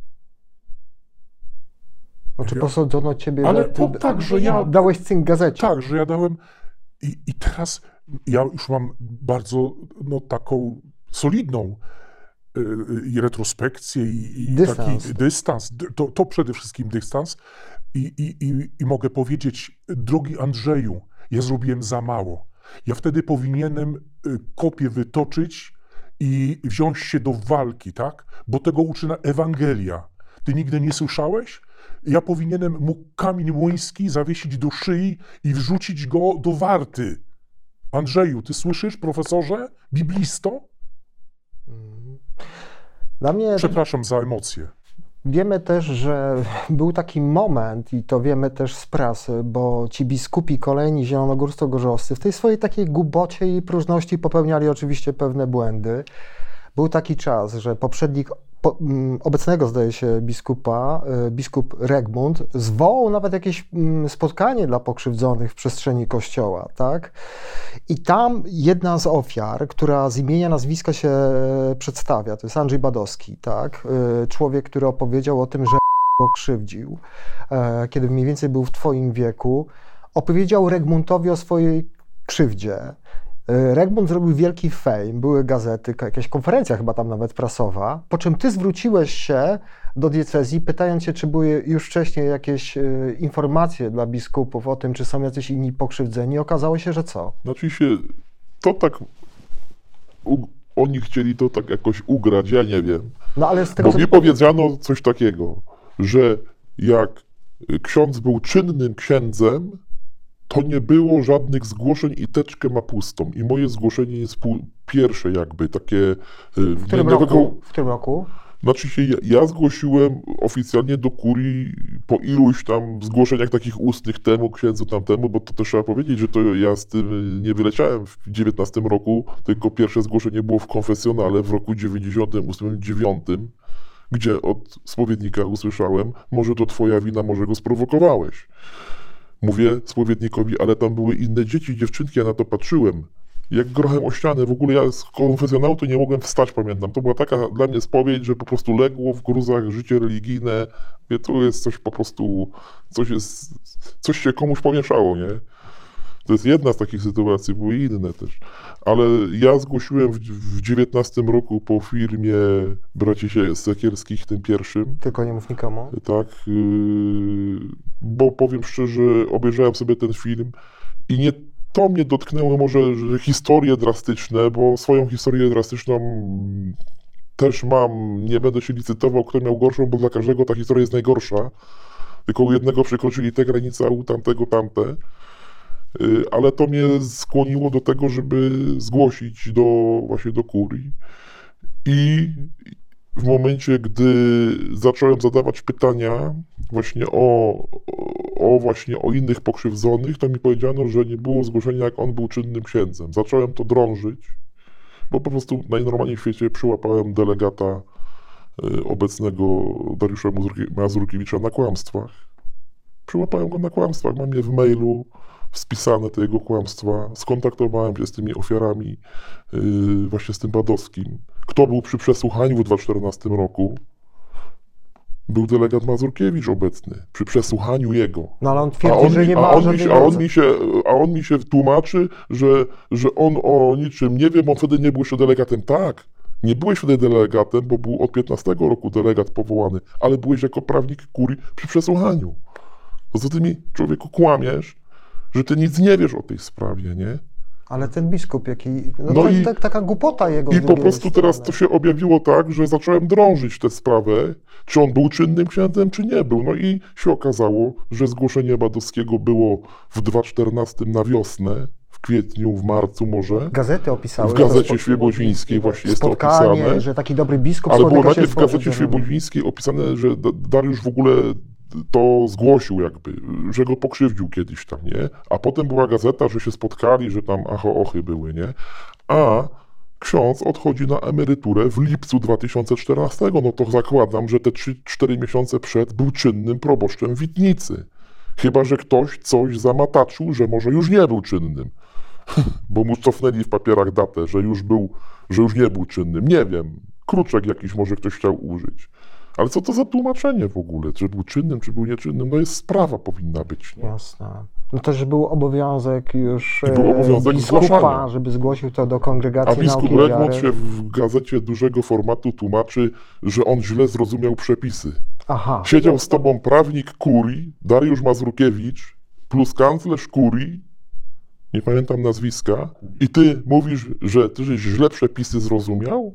Znaczy ja- posądzono ciebie, Ale że ty to tak, że ja- dałeś cynk gazecie. Tak, że ja dałem. I, i teraz ja już mam bardzo no, taką solidną y, i retrospekcję, i, i Dystans. taki dystans. dy- To, to przede wszystkim dystans. I, i, i, I mogę powiedzieć, drogi Andrzeju, ja zrobiłem za mało. Ja wtedy powinienem y, kopię wytoczyć i wziąć się do walki, tak? Bo tego uczy na Ewangelia. Ty nigdy nie słyszałeś? Ja powinienem mu kamień młyński zawiesić do szyi i wrzucić go do warty. Andrzeju, ty słyszysz, profesorze? Biblisto? Dla mnie Przepraszam za emocje. wiemy też, że był taki moment, i to wiemy też z prasy, bo ci biskupi kolejni zielonogórsko-gorzowscy w tej swojej takiej gubocie i próżności popełniali oczywiście pewne błędy. Był taki czas, że poprzednik po, m, obecnego, zdaje się, biskupa, y, biskup Regmund, zwołał nawet jakieś m, spotkanie dla pokrzywdzonych w przestrzeni kościoła, tak? I tam jedna z ofiar, która z imienia, nazwiska się e, przedstawia, to jest Andrzej Badowski, tak? Y, człowiek, który opowiedział o tym, że go krzywdził, e, kiedy mniej więcej był w twoim wieku, opowiedział Regmuntowi o swojej krzywdzie. Regmund zrobił wielki fame, były gazety, jakaś konferencja chyba tam nawet prasowa, po czym ty zwróciłeś się do diecezji, pytając się, czy były już wcześniej jakieś y, informacje dla biskupów o tym, czy są jacyś inni pokrzywdzeni. Okazało się, że co? Znaczy się, to tak, u, oni chcieli to tak jakoś ugrać, ja nie wiem. No ale z tego, Bo co mi ty powiedziano coś takiego, że jak ksiądz był czynnym księdzem, to nie było żadnych zgłoszeń i teczkę ma pustą. I moje zgłoszenie jest pół, pierwsze jakby, takie... w którym roku? W którym roku? Znaczy się, ja, ja zgłosiłem oficjalnie do kurii po iluś tam zgłoszeniach takich ustnych temu, księdzu tamtemu, bo to też trzeba powiedzieć, że to ja z tym nie wyleciałem w dziewiętnastym roku, tylko pierwsze zgłoszenie było w konfesjonale w roku dziewięćdziesiątym ósmym dziewiątym, gdzie od spowiednika usłyszałem, może to twoja wina, może go sprowokowałeś. Mówię spowiednikowi, ale tam były inne dzieci, dziewczynki, ja na to patrzyłem. Jak grochem o ścianę, w ogóle ja z konfesjonału to nie mogłem wstać, pamiętam. To była taka dla mnie spowiedź, że po prostu legło w gruzach życie religijne. Mówię, tu jest coś po prostu, coś jest, coś się komuś pomieszało, nie? To jest jedna z takich sytuacji, były inne też. Ale ja zgłosiłem w, w dziewiętnastym roku po filmie braci Sekielskich, tym pierwszym. Tylko nie mów nikomu. Tak, yy, bo powiem szczerze, obejrzałem sobie ten film i nie to mnie dotknęło może, że historie drastyczne, bo swoją historię drastyczną też mam, nie będę się licytował, kto miał gorszą, bo dla każdego ta historia jest najgorsza. Tylko u jednego przekroczyli te granice, a u tamtego tamte. Ale to mnie skłoniło do tego, żeby zgłosić do, właśnie do kurii. I w momencie, gdy zacząłem zadawać pytania właśnie o, o właśnie o innych pokrzywdzonych, to mi powiedziano, że nie było zgłoszenia, jak on był czynnym księdzem. Zacząłem to drążyć, bo po prostu najnormalniej w świecie przyłapałem delegata y, obecnego Dariusza Mazurkiewicza na kłamstwach. Przyłapałem go na kłamstwach, mam je w mailu spisane, te jego kłamstwa. Skontaktowałem się z tymi ofiarami, yy, właśnie z tym Badowskim. Kto był przy przesłuchaniu w dwa tysiące czternastym roku? Był delegat Mazurkiewicz obecny, przy przesłuchaniu jego. No ale on A twierdzi, on, że nie a ma on, mi żadnej się, a, on wiedzy. mi się, a on mi się tłumaczy, że, że on o niczym nie wie, bo wtedy nie był jeszcze delegatem. Tak, nie byłeś wtedy delegatem, bo był od piętnastego roku delegat powołany, ale byłeś jako prawnik kurii przy przesłuchaniu. To co ty mi, człowieku, kłamiesz, że ty nic nie wiesz o tej sprawie, nie? Ale ten biskup, jaki... No, No tak, i- tak, taka głupota jego. z I po drugiej prostu teraz strony. to się objawiło tak, że zacząłem drążyć tę sprawę, czy on był czynnym księdzem, czy nie był. No i się okazało, że zgłoszenie Badowskiego było w dwa tysiące czternastym na wiosnę, w kwietniu, w marcu może, Gazety opisały. w że gazecie spo- świebodzińskiej właśnie jest to spotkanie, opisane. że taki dobry biskup Ale było spotyka się najpierw z w gazecie pokrzywdzonymi. świebodzińskiej opisane, że D- Dariusz w ogóle to zgłosił jakby, że go pokrzywdził kiedyś tam, nie? A potem była gazeta, że się spotkali, że tam acho-ochy były, nie? A ksiądz odchodzi na emeryturę w lipcu dwa tysiące czternastego, no to zakładam, że te trzy cztery miesiące przed był czynnym proboszczem Witnicy. Chyba że ktoś coś zamataczył, że może już nie był czynnym. Bo mu cofnęli w papierach datę, że już był, że już nie był czynnym. Nie wiem, kruczek jakiś może ktoś chciał użyć. Ale co to za tłumaczenie w ogóle? Czy był czynnym, czy był nieczynnym? No jest sprawa powinna być. Nie? Jasne. No też był obowiązek już I był e, obowiązek biskupa, zgłaszania. żeby zgłosił to do A kongregacji biskup nauki Regmont wiary. się w gazecie dużego formatu tłumaczy, że on źle zrozumiał przepisy. Aha, Siedział z tobą prawnik kurii, Dariusz Mazurkiewicz, plus kanclerz kurii, nie pamiętam nazwiska, i ty mówisz, że ty żeś źle przepisy zrozumiał?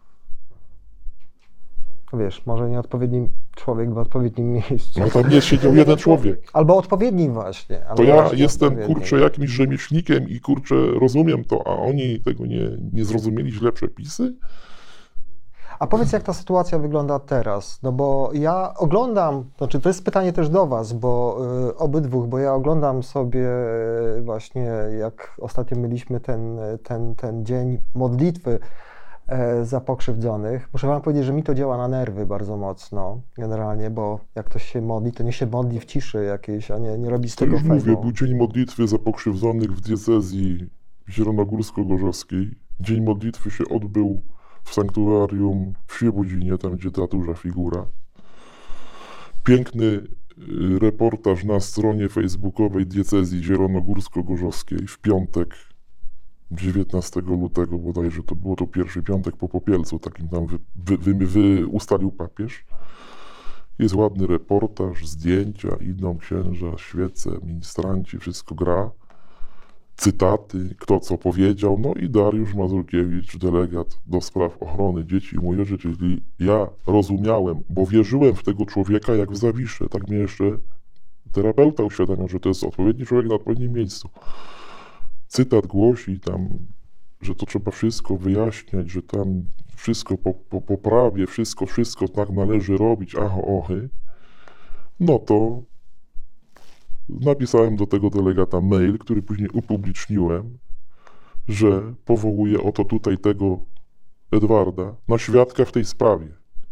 wiesz, może nieodpowiedni człowiek w odpowiednim miejscu. No tam nie siedział jeden człowiek. Albo odpowiedni właśnie. To albo ja właśnie jestem, odpowiedni. kurczę, jakimś rzemieślnikiem i kurczę, rozumiem to, a oni tego nie, nie zrozumieli, źle przepisy? A powiedz, jak ta sytuacja wygląda teraz? No bo ja oglądam, znaczy to jest pytanie też do was, bo y, obydwóch, bo ja oglądam sobie y, właśnie, jak ostatnio mieliśmy ten, ten, ten dzień modlitwy y, za pokrzywdzonych. Muszę wam powiedzieć, że mi to działa na nerwy bardzo mocno, generalnie, bo jak ktoś się modli, to niech się modli w ciszy jakiejś, a nie, nie robi z To tego już mówię, fejmu. był dzień modlitwy za pokrzywdzonych w diecezji zielonogórsko-gorzowskiej. Dzień modlitwy się odbył w sanktuarium w Świebodzinie, tam gdzie ta duża figura. Piękny y, reportaż na stronie facebookowej diecezji zielonogórsko-gorzowskiej w piątek, dziewiętnastego lutego bodajże, to było to pierwszy piątek po Popielcu, takim tam wy, wy, wy, wy ustalił papież. jest ładny reportaż, zdjęcia, idą księża, świece, ministranci, wszystko gra. Cytaty, kto co powiedział, no i Dariusz Mazurkiewicz, delegat do spraw ochrony dzieci i młodzieży, czyli ja rozumiałem, bo wierzyłem w tego człowieka jak w Zawiszę, tak mnie jeszcze terapeuta uświadamiał, że to jest odpowiedni człowiek na odpowiednim miejscu. Cytat głosi tam, że to trzeba wszystko wyjaśniać, że tam wszystko po, po poprawie, wszystko, wszystko tak należy robić, aho, ochy, no to napisałem do tego delegata mail, który później upubliczniłem, że powołuję oto tutaj tego Edwarda na świadka w tej sprawie.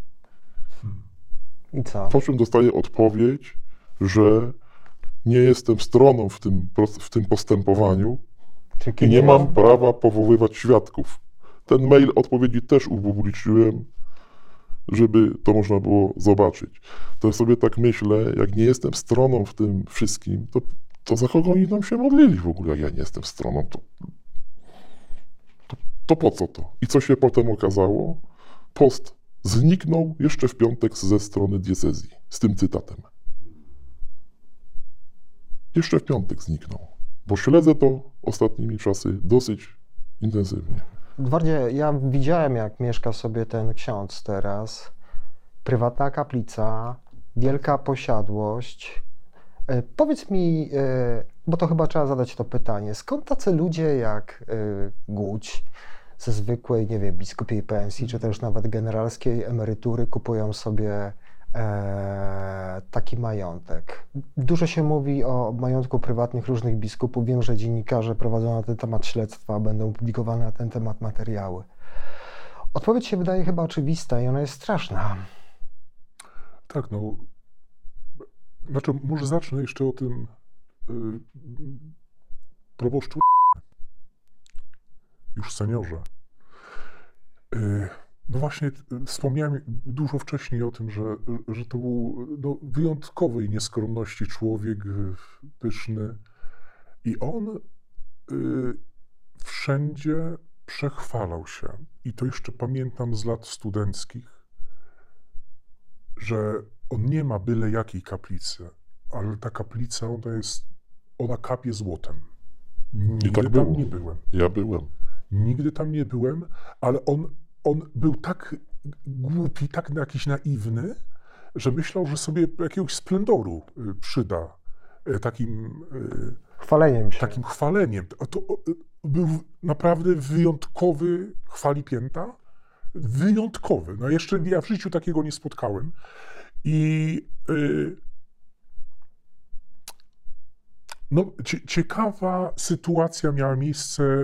I co? Po czym dostaję odpowiedź, że nie jestem stroną w tym, w tym postępowaniu i nie mam prawa powoływać świadków. Ten mail odpowiedzi też upubliczniłem, żeby to można było zobaczyć. To sobie tak myślę, jak nie jestem stroną w tym wszystkim, to, to za kogo oni tam się modlili w ogóle, jak ja nie jestem stroną, to, to, to po co to? I co się potem okazało? Post zniknął jeszcze w piątek ze strony diecezji, z tym cytatem. Jeszcze w piątek zniknął, bo śledzę to ostatnimi czasy dosyć intensywnie. Edwardzie, ja widziałem, jak mieszka sobie ten ksiądz teraz. Prywatna kaplica, wielka posiadłość. E, powiedz mi, e, bo to chyba trzeba zadać to pytanie, skąd tacy ludzie jak e, Guć ze zwykłej, nie wiem, biskupiej pensji, czy też nawet generalskiej emerytury kupują sobie e, taki majątek? Dużo się mówi o majątku prywatnych różnych biskupów. Wiem, że dziennikarze prowadzą na ten temat śledztwa, będą publikowane na ten temat materiały. Odpowiedź się wydaje chyba oczywista i ona jest straszna. Tak, no. Znaczy, może zacznę jeszcze o tym yy, proboszczu, już seniorze. Yy, no właśnie, wspomniałem dużo wcześniej o tym, że, że to był no, wyjątkowej nieskromności człowiek, pyszny. I on yy, wszędzie przechwalał się. I to jeszcze pamiętam z lat studenckich, że on nie ma byle jakiej kaplicy, ale ta kaplica, ona jest, ona kapie złotem. Nigdy I tak tam było. nie byłem. Ja byłem. Nigdy tam nie byłem, ale on, on był tak głupi, tak jakiś naiwny, że myślał, że sobie jakiegoś splendoru y, przyda y, takim, y, Chwaleniem się. takim chwaleniem. A to y, był naprawdę wyjątkowy chwalipięta. Wyjątkowy. No jeszcze ja w życiu takiego nie spotkałem. I y, no, cie, ciekawa sytuacja miała miejsce y,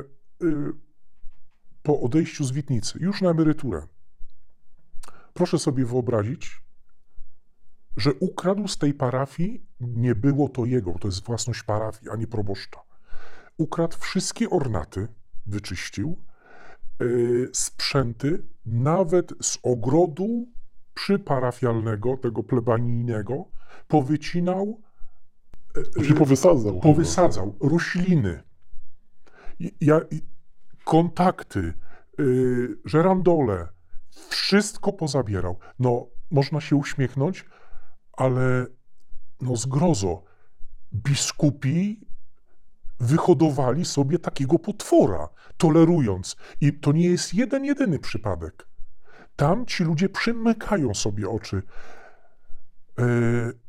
po odejściu z Witnicy, już na emeryturę. Proszę sobie wyobrazić, że ukradł z tej parafii, nie było to jego, bo to jest własność parafii, a nie proboszcza. Ukradł wszystkie ornaty, wyczyścił, yy, sprzęty, nawet z ogrodu przyparafialnego, tego plebanijnego, powycinał, Się powysadzał. powysadzał rośliny, ja, kontakty, yy, żerandole, wszystko pozabierał. No, można się uśmiechnąć, ale no zgrozo. Biskupi wyhodowali sobie takiego potwora, tolerując. I to nie jest jeden, jedyny przypadek. Tam ci ludzie przymykają sobie oczy. Yy,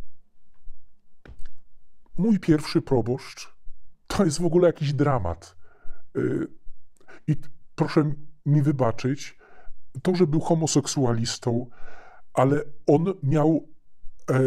mój pierwszy proboszcz to jest w ogóle jakiś dramat. Yy, I proszę mi wybaczyć, to, że był homoseksualistą, ale on miał e,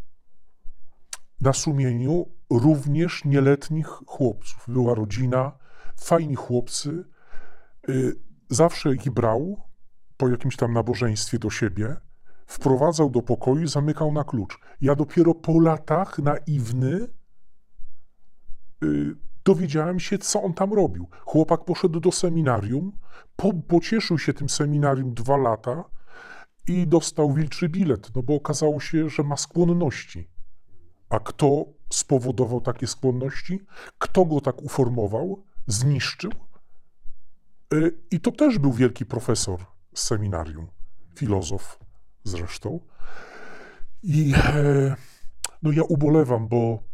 na sumieniu również nieletnich chłopców. Była rodzina, fajni chłopcy. E, zawsze ich brał po jakimś tam nabożeństwie do siebie, wprowadzał do pokoju i zamykał na klucz. Ja dopiero po latach, naiwny, e, dowiedziałem się, co on tam robił. Chłopak poszedł do seminarium, po, pocieszył się tym seminarium dwa lata i dostał wilczy bilet, no bo okazało się, że ma skłonności. A kto spowodował takie skłonności? Kto go tak uformował? Zniszczył? I to też był wielki profesor z seminarium, filozof zresztą. I e, no ja ubolewam, bo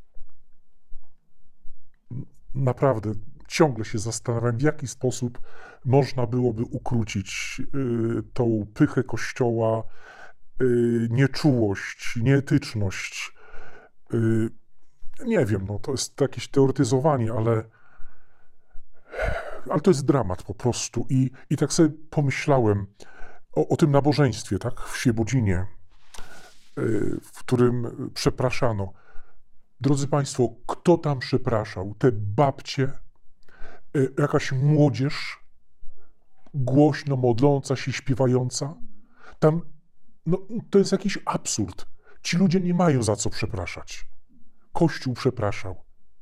naprawdę ciągle się zastanawiam, w jaki sposób można byłoby ukrócić y, tą pychę Kościoła, y, nieczułość, nieetyczność. Y, nie wiem, no to jest jakieś teoretyzowanie, ale, ale to jest dramat po prostu. I, i tak sobie pomyślałem o, o tym nabożeństwie, tak, w Świebodzinie, y, w którym przepraszano. Drodzy Państwo, kto tam przepraszał? Te babcie, jakaś młodzież głośno modląca się, śpiewająca? Tam, no, to jest jakiś absurd. Ci ludzie nie mają za co przepraszać. Kościół przepraszał.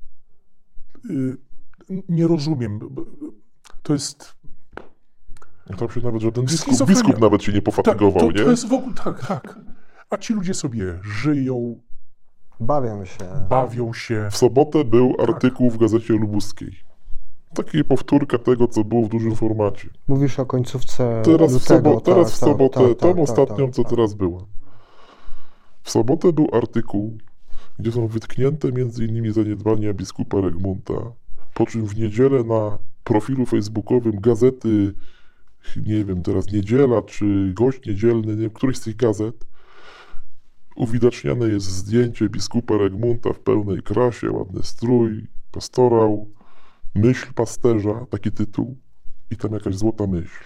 Nie rozumiem. To jest... Tam się nawet żaden biskup, Schizofrenia. biskup nawet się nie pofatygował, tak, to, nie? To jest w ogóle, tak, tak. A ci ludzie sobie żyją, Bawią się. bawią się. W sobotę był artykuł w Gazecie Lubuskiej. Taki powtórka tego, co było w dużym formacie. Mówisz o końcówce Teraz w, lutego. sobo- teraz tak, w tak, sobotę, tak, tą tak, ostatnią, tak, co tak. teraz była. W sobotę był artykuł, gdzie są wytknięte między innymi zaniedbania biskupa Regmunta, po czym w niedzielę na profilu facebookowym gazety, nie wiem, teraz Niedziela, czy Gość Niedzielny, nie wiem, któryś z tych gazet, uwidaczniane jest zdjęcie biskupa Regmunta w pełnej krasie, ładny strój, pastorał, myśl pasterza, taki tytuł, i tam jakaś złota myśl.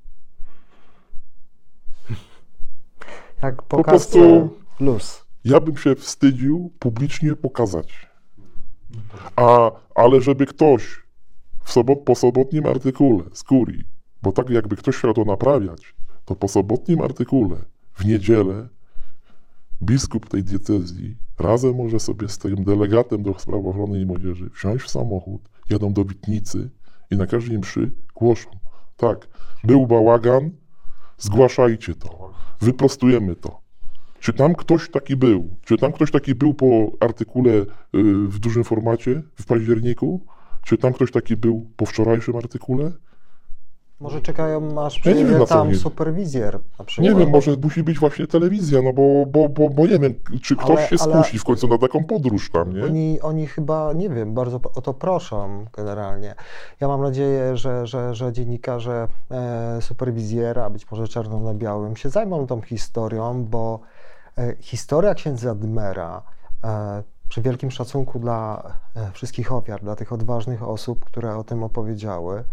Jak Po po prostu- prostu luz. Ja bym się wstydził publicznie pokazać. A, ale żeby ktoś w sobot, po sobotnim artykule z kurii, bo tak jakby ktoś chciał to naprawiać, to po sobotnim artykule w niedzielę biskup tej diecezji razem może sobie z tym delegatem do spraw ochrony i młodzieży wsiąść w samochód, jadą do Witnicy i na każdej mszy głoszą. Tak, był bałagan, zgłaszajcie to, wyprostujemy to. Czy tam ktoś taki był? Czy tam ktoś taki był po artykule y, w dużym formacie w październiku? Czy tam ktoś taki był po wczorajszym artykule? Może czekają, aż Ja nie wiem, przyjedzie na co tam oni- superwizjer na przykład. Nie wiem, może musi być właśnie telewizja, no bo, bo, bo, bo nie wiem, czy ktoś Ale- się ale- skusi w końcu na taką podróż tam, nie? Oni, oni chyba, nie wiem, bardzo o to proszą generalnie. Ja mam nadzieję, że, że, że dziennikarze e, superwizjera, być może czarno na białym, się zajmą tą historią, bo e, historia księdza Dymera, e, przy wielkim szacunku dla e, wszystkich ofiar, dla tych odważnych osób, które o tym opowiedziały,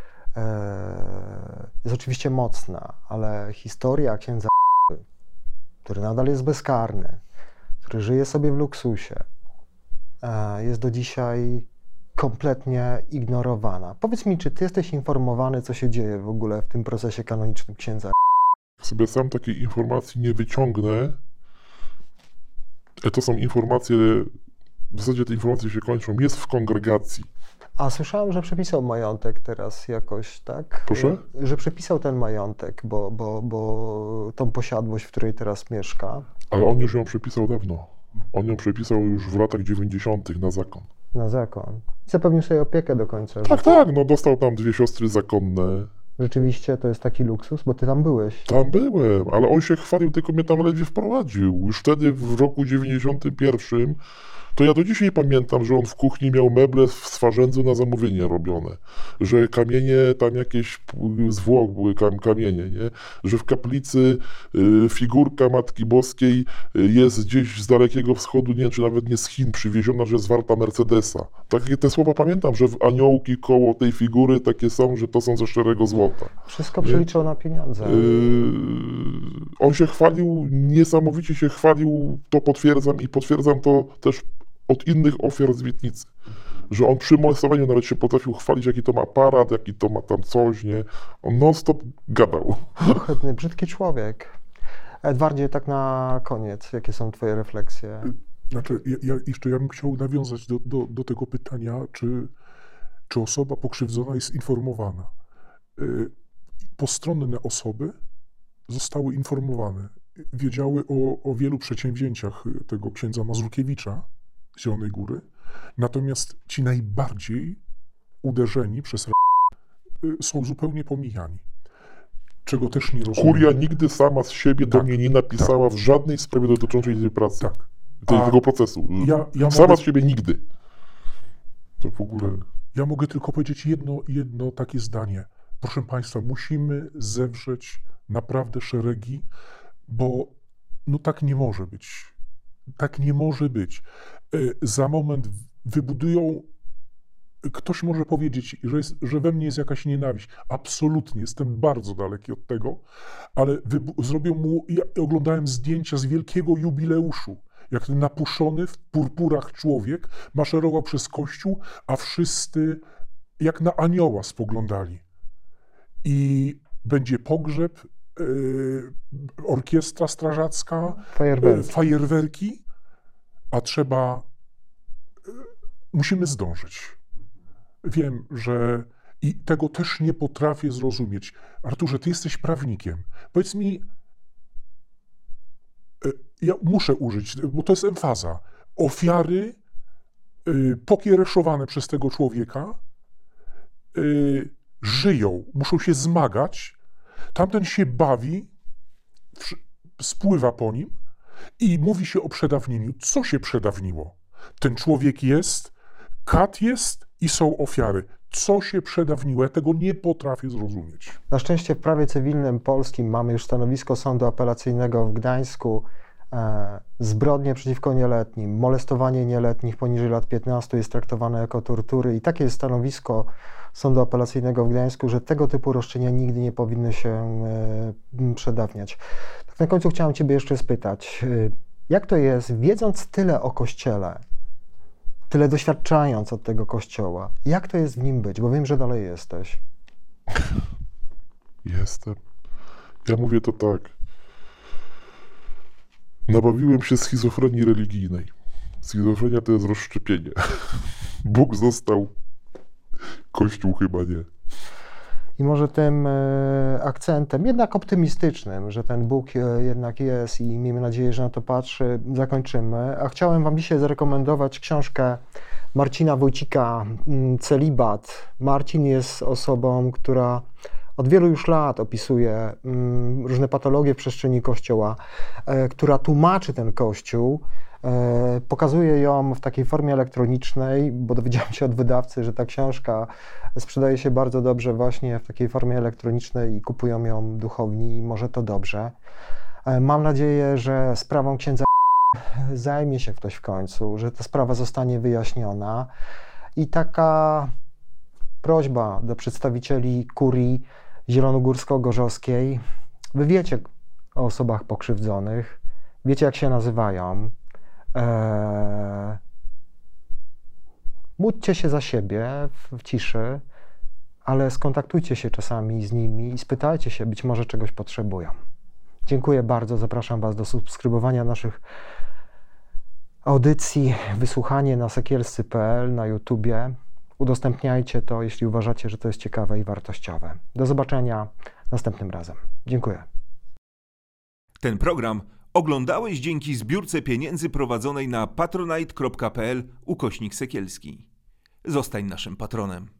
e, jest oczywiście mocna, ale historia księdza, który nadal jest bezkarny, który żyje sobie w luksusie, e, jest do dzisiaj kompletnie ignorowana. Powiedz mi, czy ty jesteś informowany, co się dzieje w ogóle w tym procesie kanonicznym księdza? Sobie sam takiej informacji nie wyciągnę. E, To są informacje, w zasadzie te informacje się kończą, jest w kongregacji. A słyszałem, że przepisał majątek teraz jakoś, tak? Proszę? Że przepisał ten majątek, bo, bo, bo tą posiadłość, w której teraz mieszka, Ale on już ją przepisał dawno. On ją przepisał już w latach dziewięćdziesiątych na zakon. na zakon. I zapewnił sobie opiekę do końca. Tak, tak, no dostał tam dwie siostry zakonne. Rzeczywiście to jest taki luksus, bo ty tam byłeś. Tam byłem, ale on się chwalił, tylko mnie tam ledwie wprowadził. Już wtedy w roku dziewięćdziesiątym pierwszym, to ja do dzisiaj pamiętam, że on w kuchni miał meble w Swarzędzu na zamówienie robione. Że kamienie, tam jakieś z Włoch były kam, kamienie, nie? Że w kaplicy y, figurka Matki Boskiej y, jest gdzieś z Dalekiego Wschodu, nie wiem, czy nawet nie z Chin przywieziona, że jest warta Mercedesa. Takie te słowa pamiętam, że w aniołki koło tej figury takie są, że to są ze szczerego złota. Wszystko przeliczał na pieniądze. Yy, on się chwalił, niesamowicie się chwalił, to potwierdzam i potwierdzam to też od innych ofiar z Witnicy, że on przy molestowaniu nawet się potrafił chwalić, jaki to ma aparat, jaki to ma tam coś, nie? On non stop gadał. Ohydny, brzydki człowiek. Edwardzie, tak na koniec, jakie są twoje refleksje? Znaczy, ja, ja, jeszcze ja bym chciał nawiązać do, do, do tego pytania, czy, czy osoba pokrzywdzona jest informowana. Y, Postronne osoby zostały informowane, wiedziały o, o wielu przedsięwzięciach tego księdza Mazurkiewicza z Zielonej Góry, natomiast ci najbardziej uderzeni przez r- y, są zupełnie pomijani. czego też nie rozumiem. Kuria nigdy sama z siebie do Tak, mnie nie napisała w żadnej sprawie dotyczącej tej pracy, Tak. tej, A tego procesu. ja- ja sama mogę- z siebie nigdy. To w ogóle... Ja mogę tylko powiedzieć jedno, jedno takie zdanie. Proszę Państwa, musimy zewrzeć naprawdę szeregi, bo no tak nie może być. Tak nie może być. E, Za moment wybudują, ktoś może powiedzieć, że, jest, że we mnie jest jakaś nienawiść. Absolutnie, jestem bardzo daleki od tego, ale wybu- zrobią mu, ja oglądałem zdjęcia z wielkiego jubileuszu, jak ten napuszony w purpurach człowiek maszerował przez kościół, a wszyscy jak na anioła spoglądali. I będzie pogrzeb, yy, orkiestra strażacka, Fajerwerki. yy, fajerwerki, a trzeba, yy, musimy zdążyć. Wiem, że i tego też nie potrafię zrozumieć. Arturze, ty jesteś prawnikiem. Powiedz mi, yy, ja muszę użyć, bo to jest emfaza. Ofiary yy, pokiereszowane przez tego człowieka yy, żyją, muszą się zmagać, tamten się bawi, wsz- spływa po nim i mówi się o przedawnieniu. Co się przedawniło? Ten człowiek jest, kat jest i są ofiary. Co się przedawniło? Ja tego nie potrafię zrozumieć. Na szczęście w prawie cywilnym polskim mamy już stanowisko Sądu Apelacyjnego w Gdańsku. E, zbrodnie przeciwko nieletnim, molestowanie nieletnich poniżej lat piętnastu jest traktowane jako tortury i takie jest stanowisko Sądu Apelacyjnego w Gdańsku, że tego typu roszczenia nigdy nie powinny się e, przedawniać. Tak na końcu chciałem Ciebie jeszcze spytać, e, jak to jest, wiedząc tyle o Kościele, tyle doświadczając od tego Kościoła, jak to jest w nim być, bo wiem, że dalej jesteś. Jestem. Ja mówię to tak. Nabawiłem się schizofrenii religijnej. Schizofrenia to jest rozszczepienie. Bóg został, Kościół chyba nie. I może tym e, akcentem, jednak optymistycznym, że ten Bóg e, jednak jest i miejmy nadzieję, że na to patrzy, zakończymy. A chciałem Wam dzisiaj zarekomendować książkę Marcina Wójcika, mm, Celibat. Marcin jest osobą, która od wielu już lat opisuje mm, różne patologie w przestrzeni Kościoła, e, która tłumaczy ten Kościół. E, Pokazuje ją w takiej formie elektronicznej, bo dowiedziałem się od wydawcy, że ta książka sprzedaje się bardzo dobrze właśnie w takiej formie elektronicznej i kupują ją duchowni i może to dobrze. E, Mam nadzieję, że sprawą księdza zajmie się ktoś w końcu, że ta sprawa zostanie wyjaśniona i taka prośba do przedstawicieli kurii zielonogórsko-gorzowskiej. Wy wiecie o osobach pokrzywdzonych, wiecie jak się nazywają. Eee, módlcie się za siebie w, w ciszy, ale skontaktujcie się czasami z nimi i spytajcie się, być może czegoś potrzebują. Dziękuję bardzo, zapraszam Was do subskrybowania naszych audycji, wysłuchanie na sekielscy kropka pe el, na YouTubie. Udostępniajcie to, jeśli uważacie, że to jest ciekawe i wartościowe. Do zobaczenia następnym razem. Dziękuję. Ten program oglądałeś dzięki zbiórce pieniędzy prowadzonej na patronite kropka pe el ukośnik Sekielski. Zostań naszym patronem.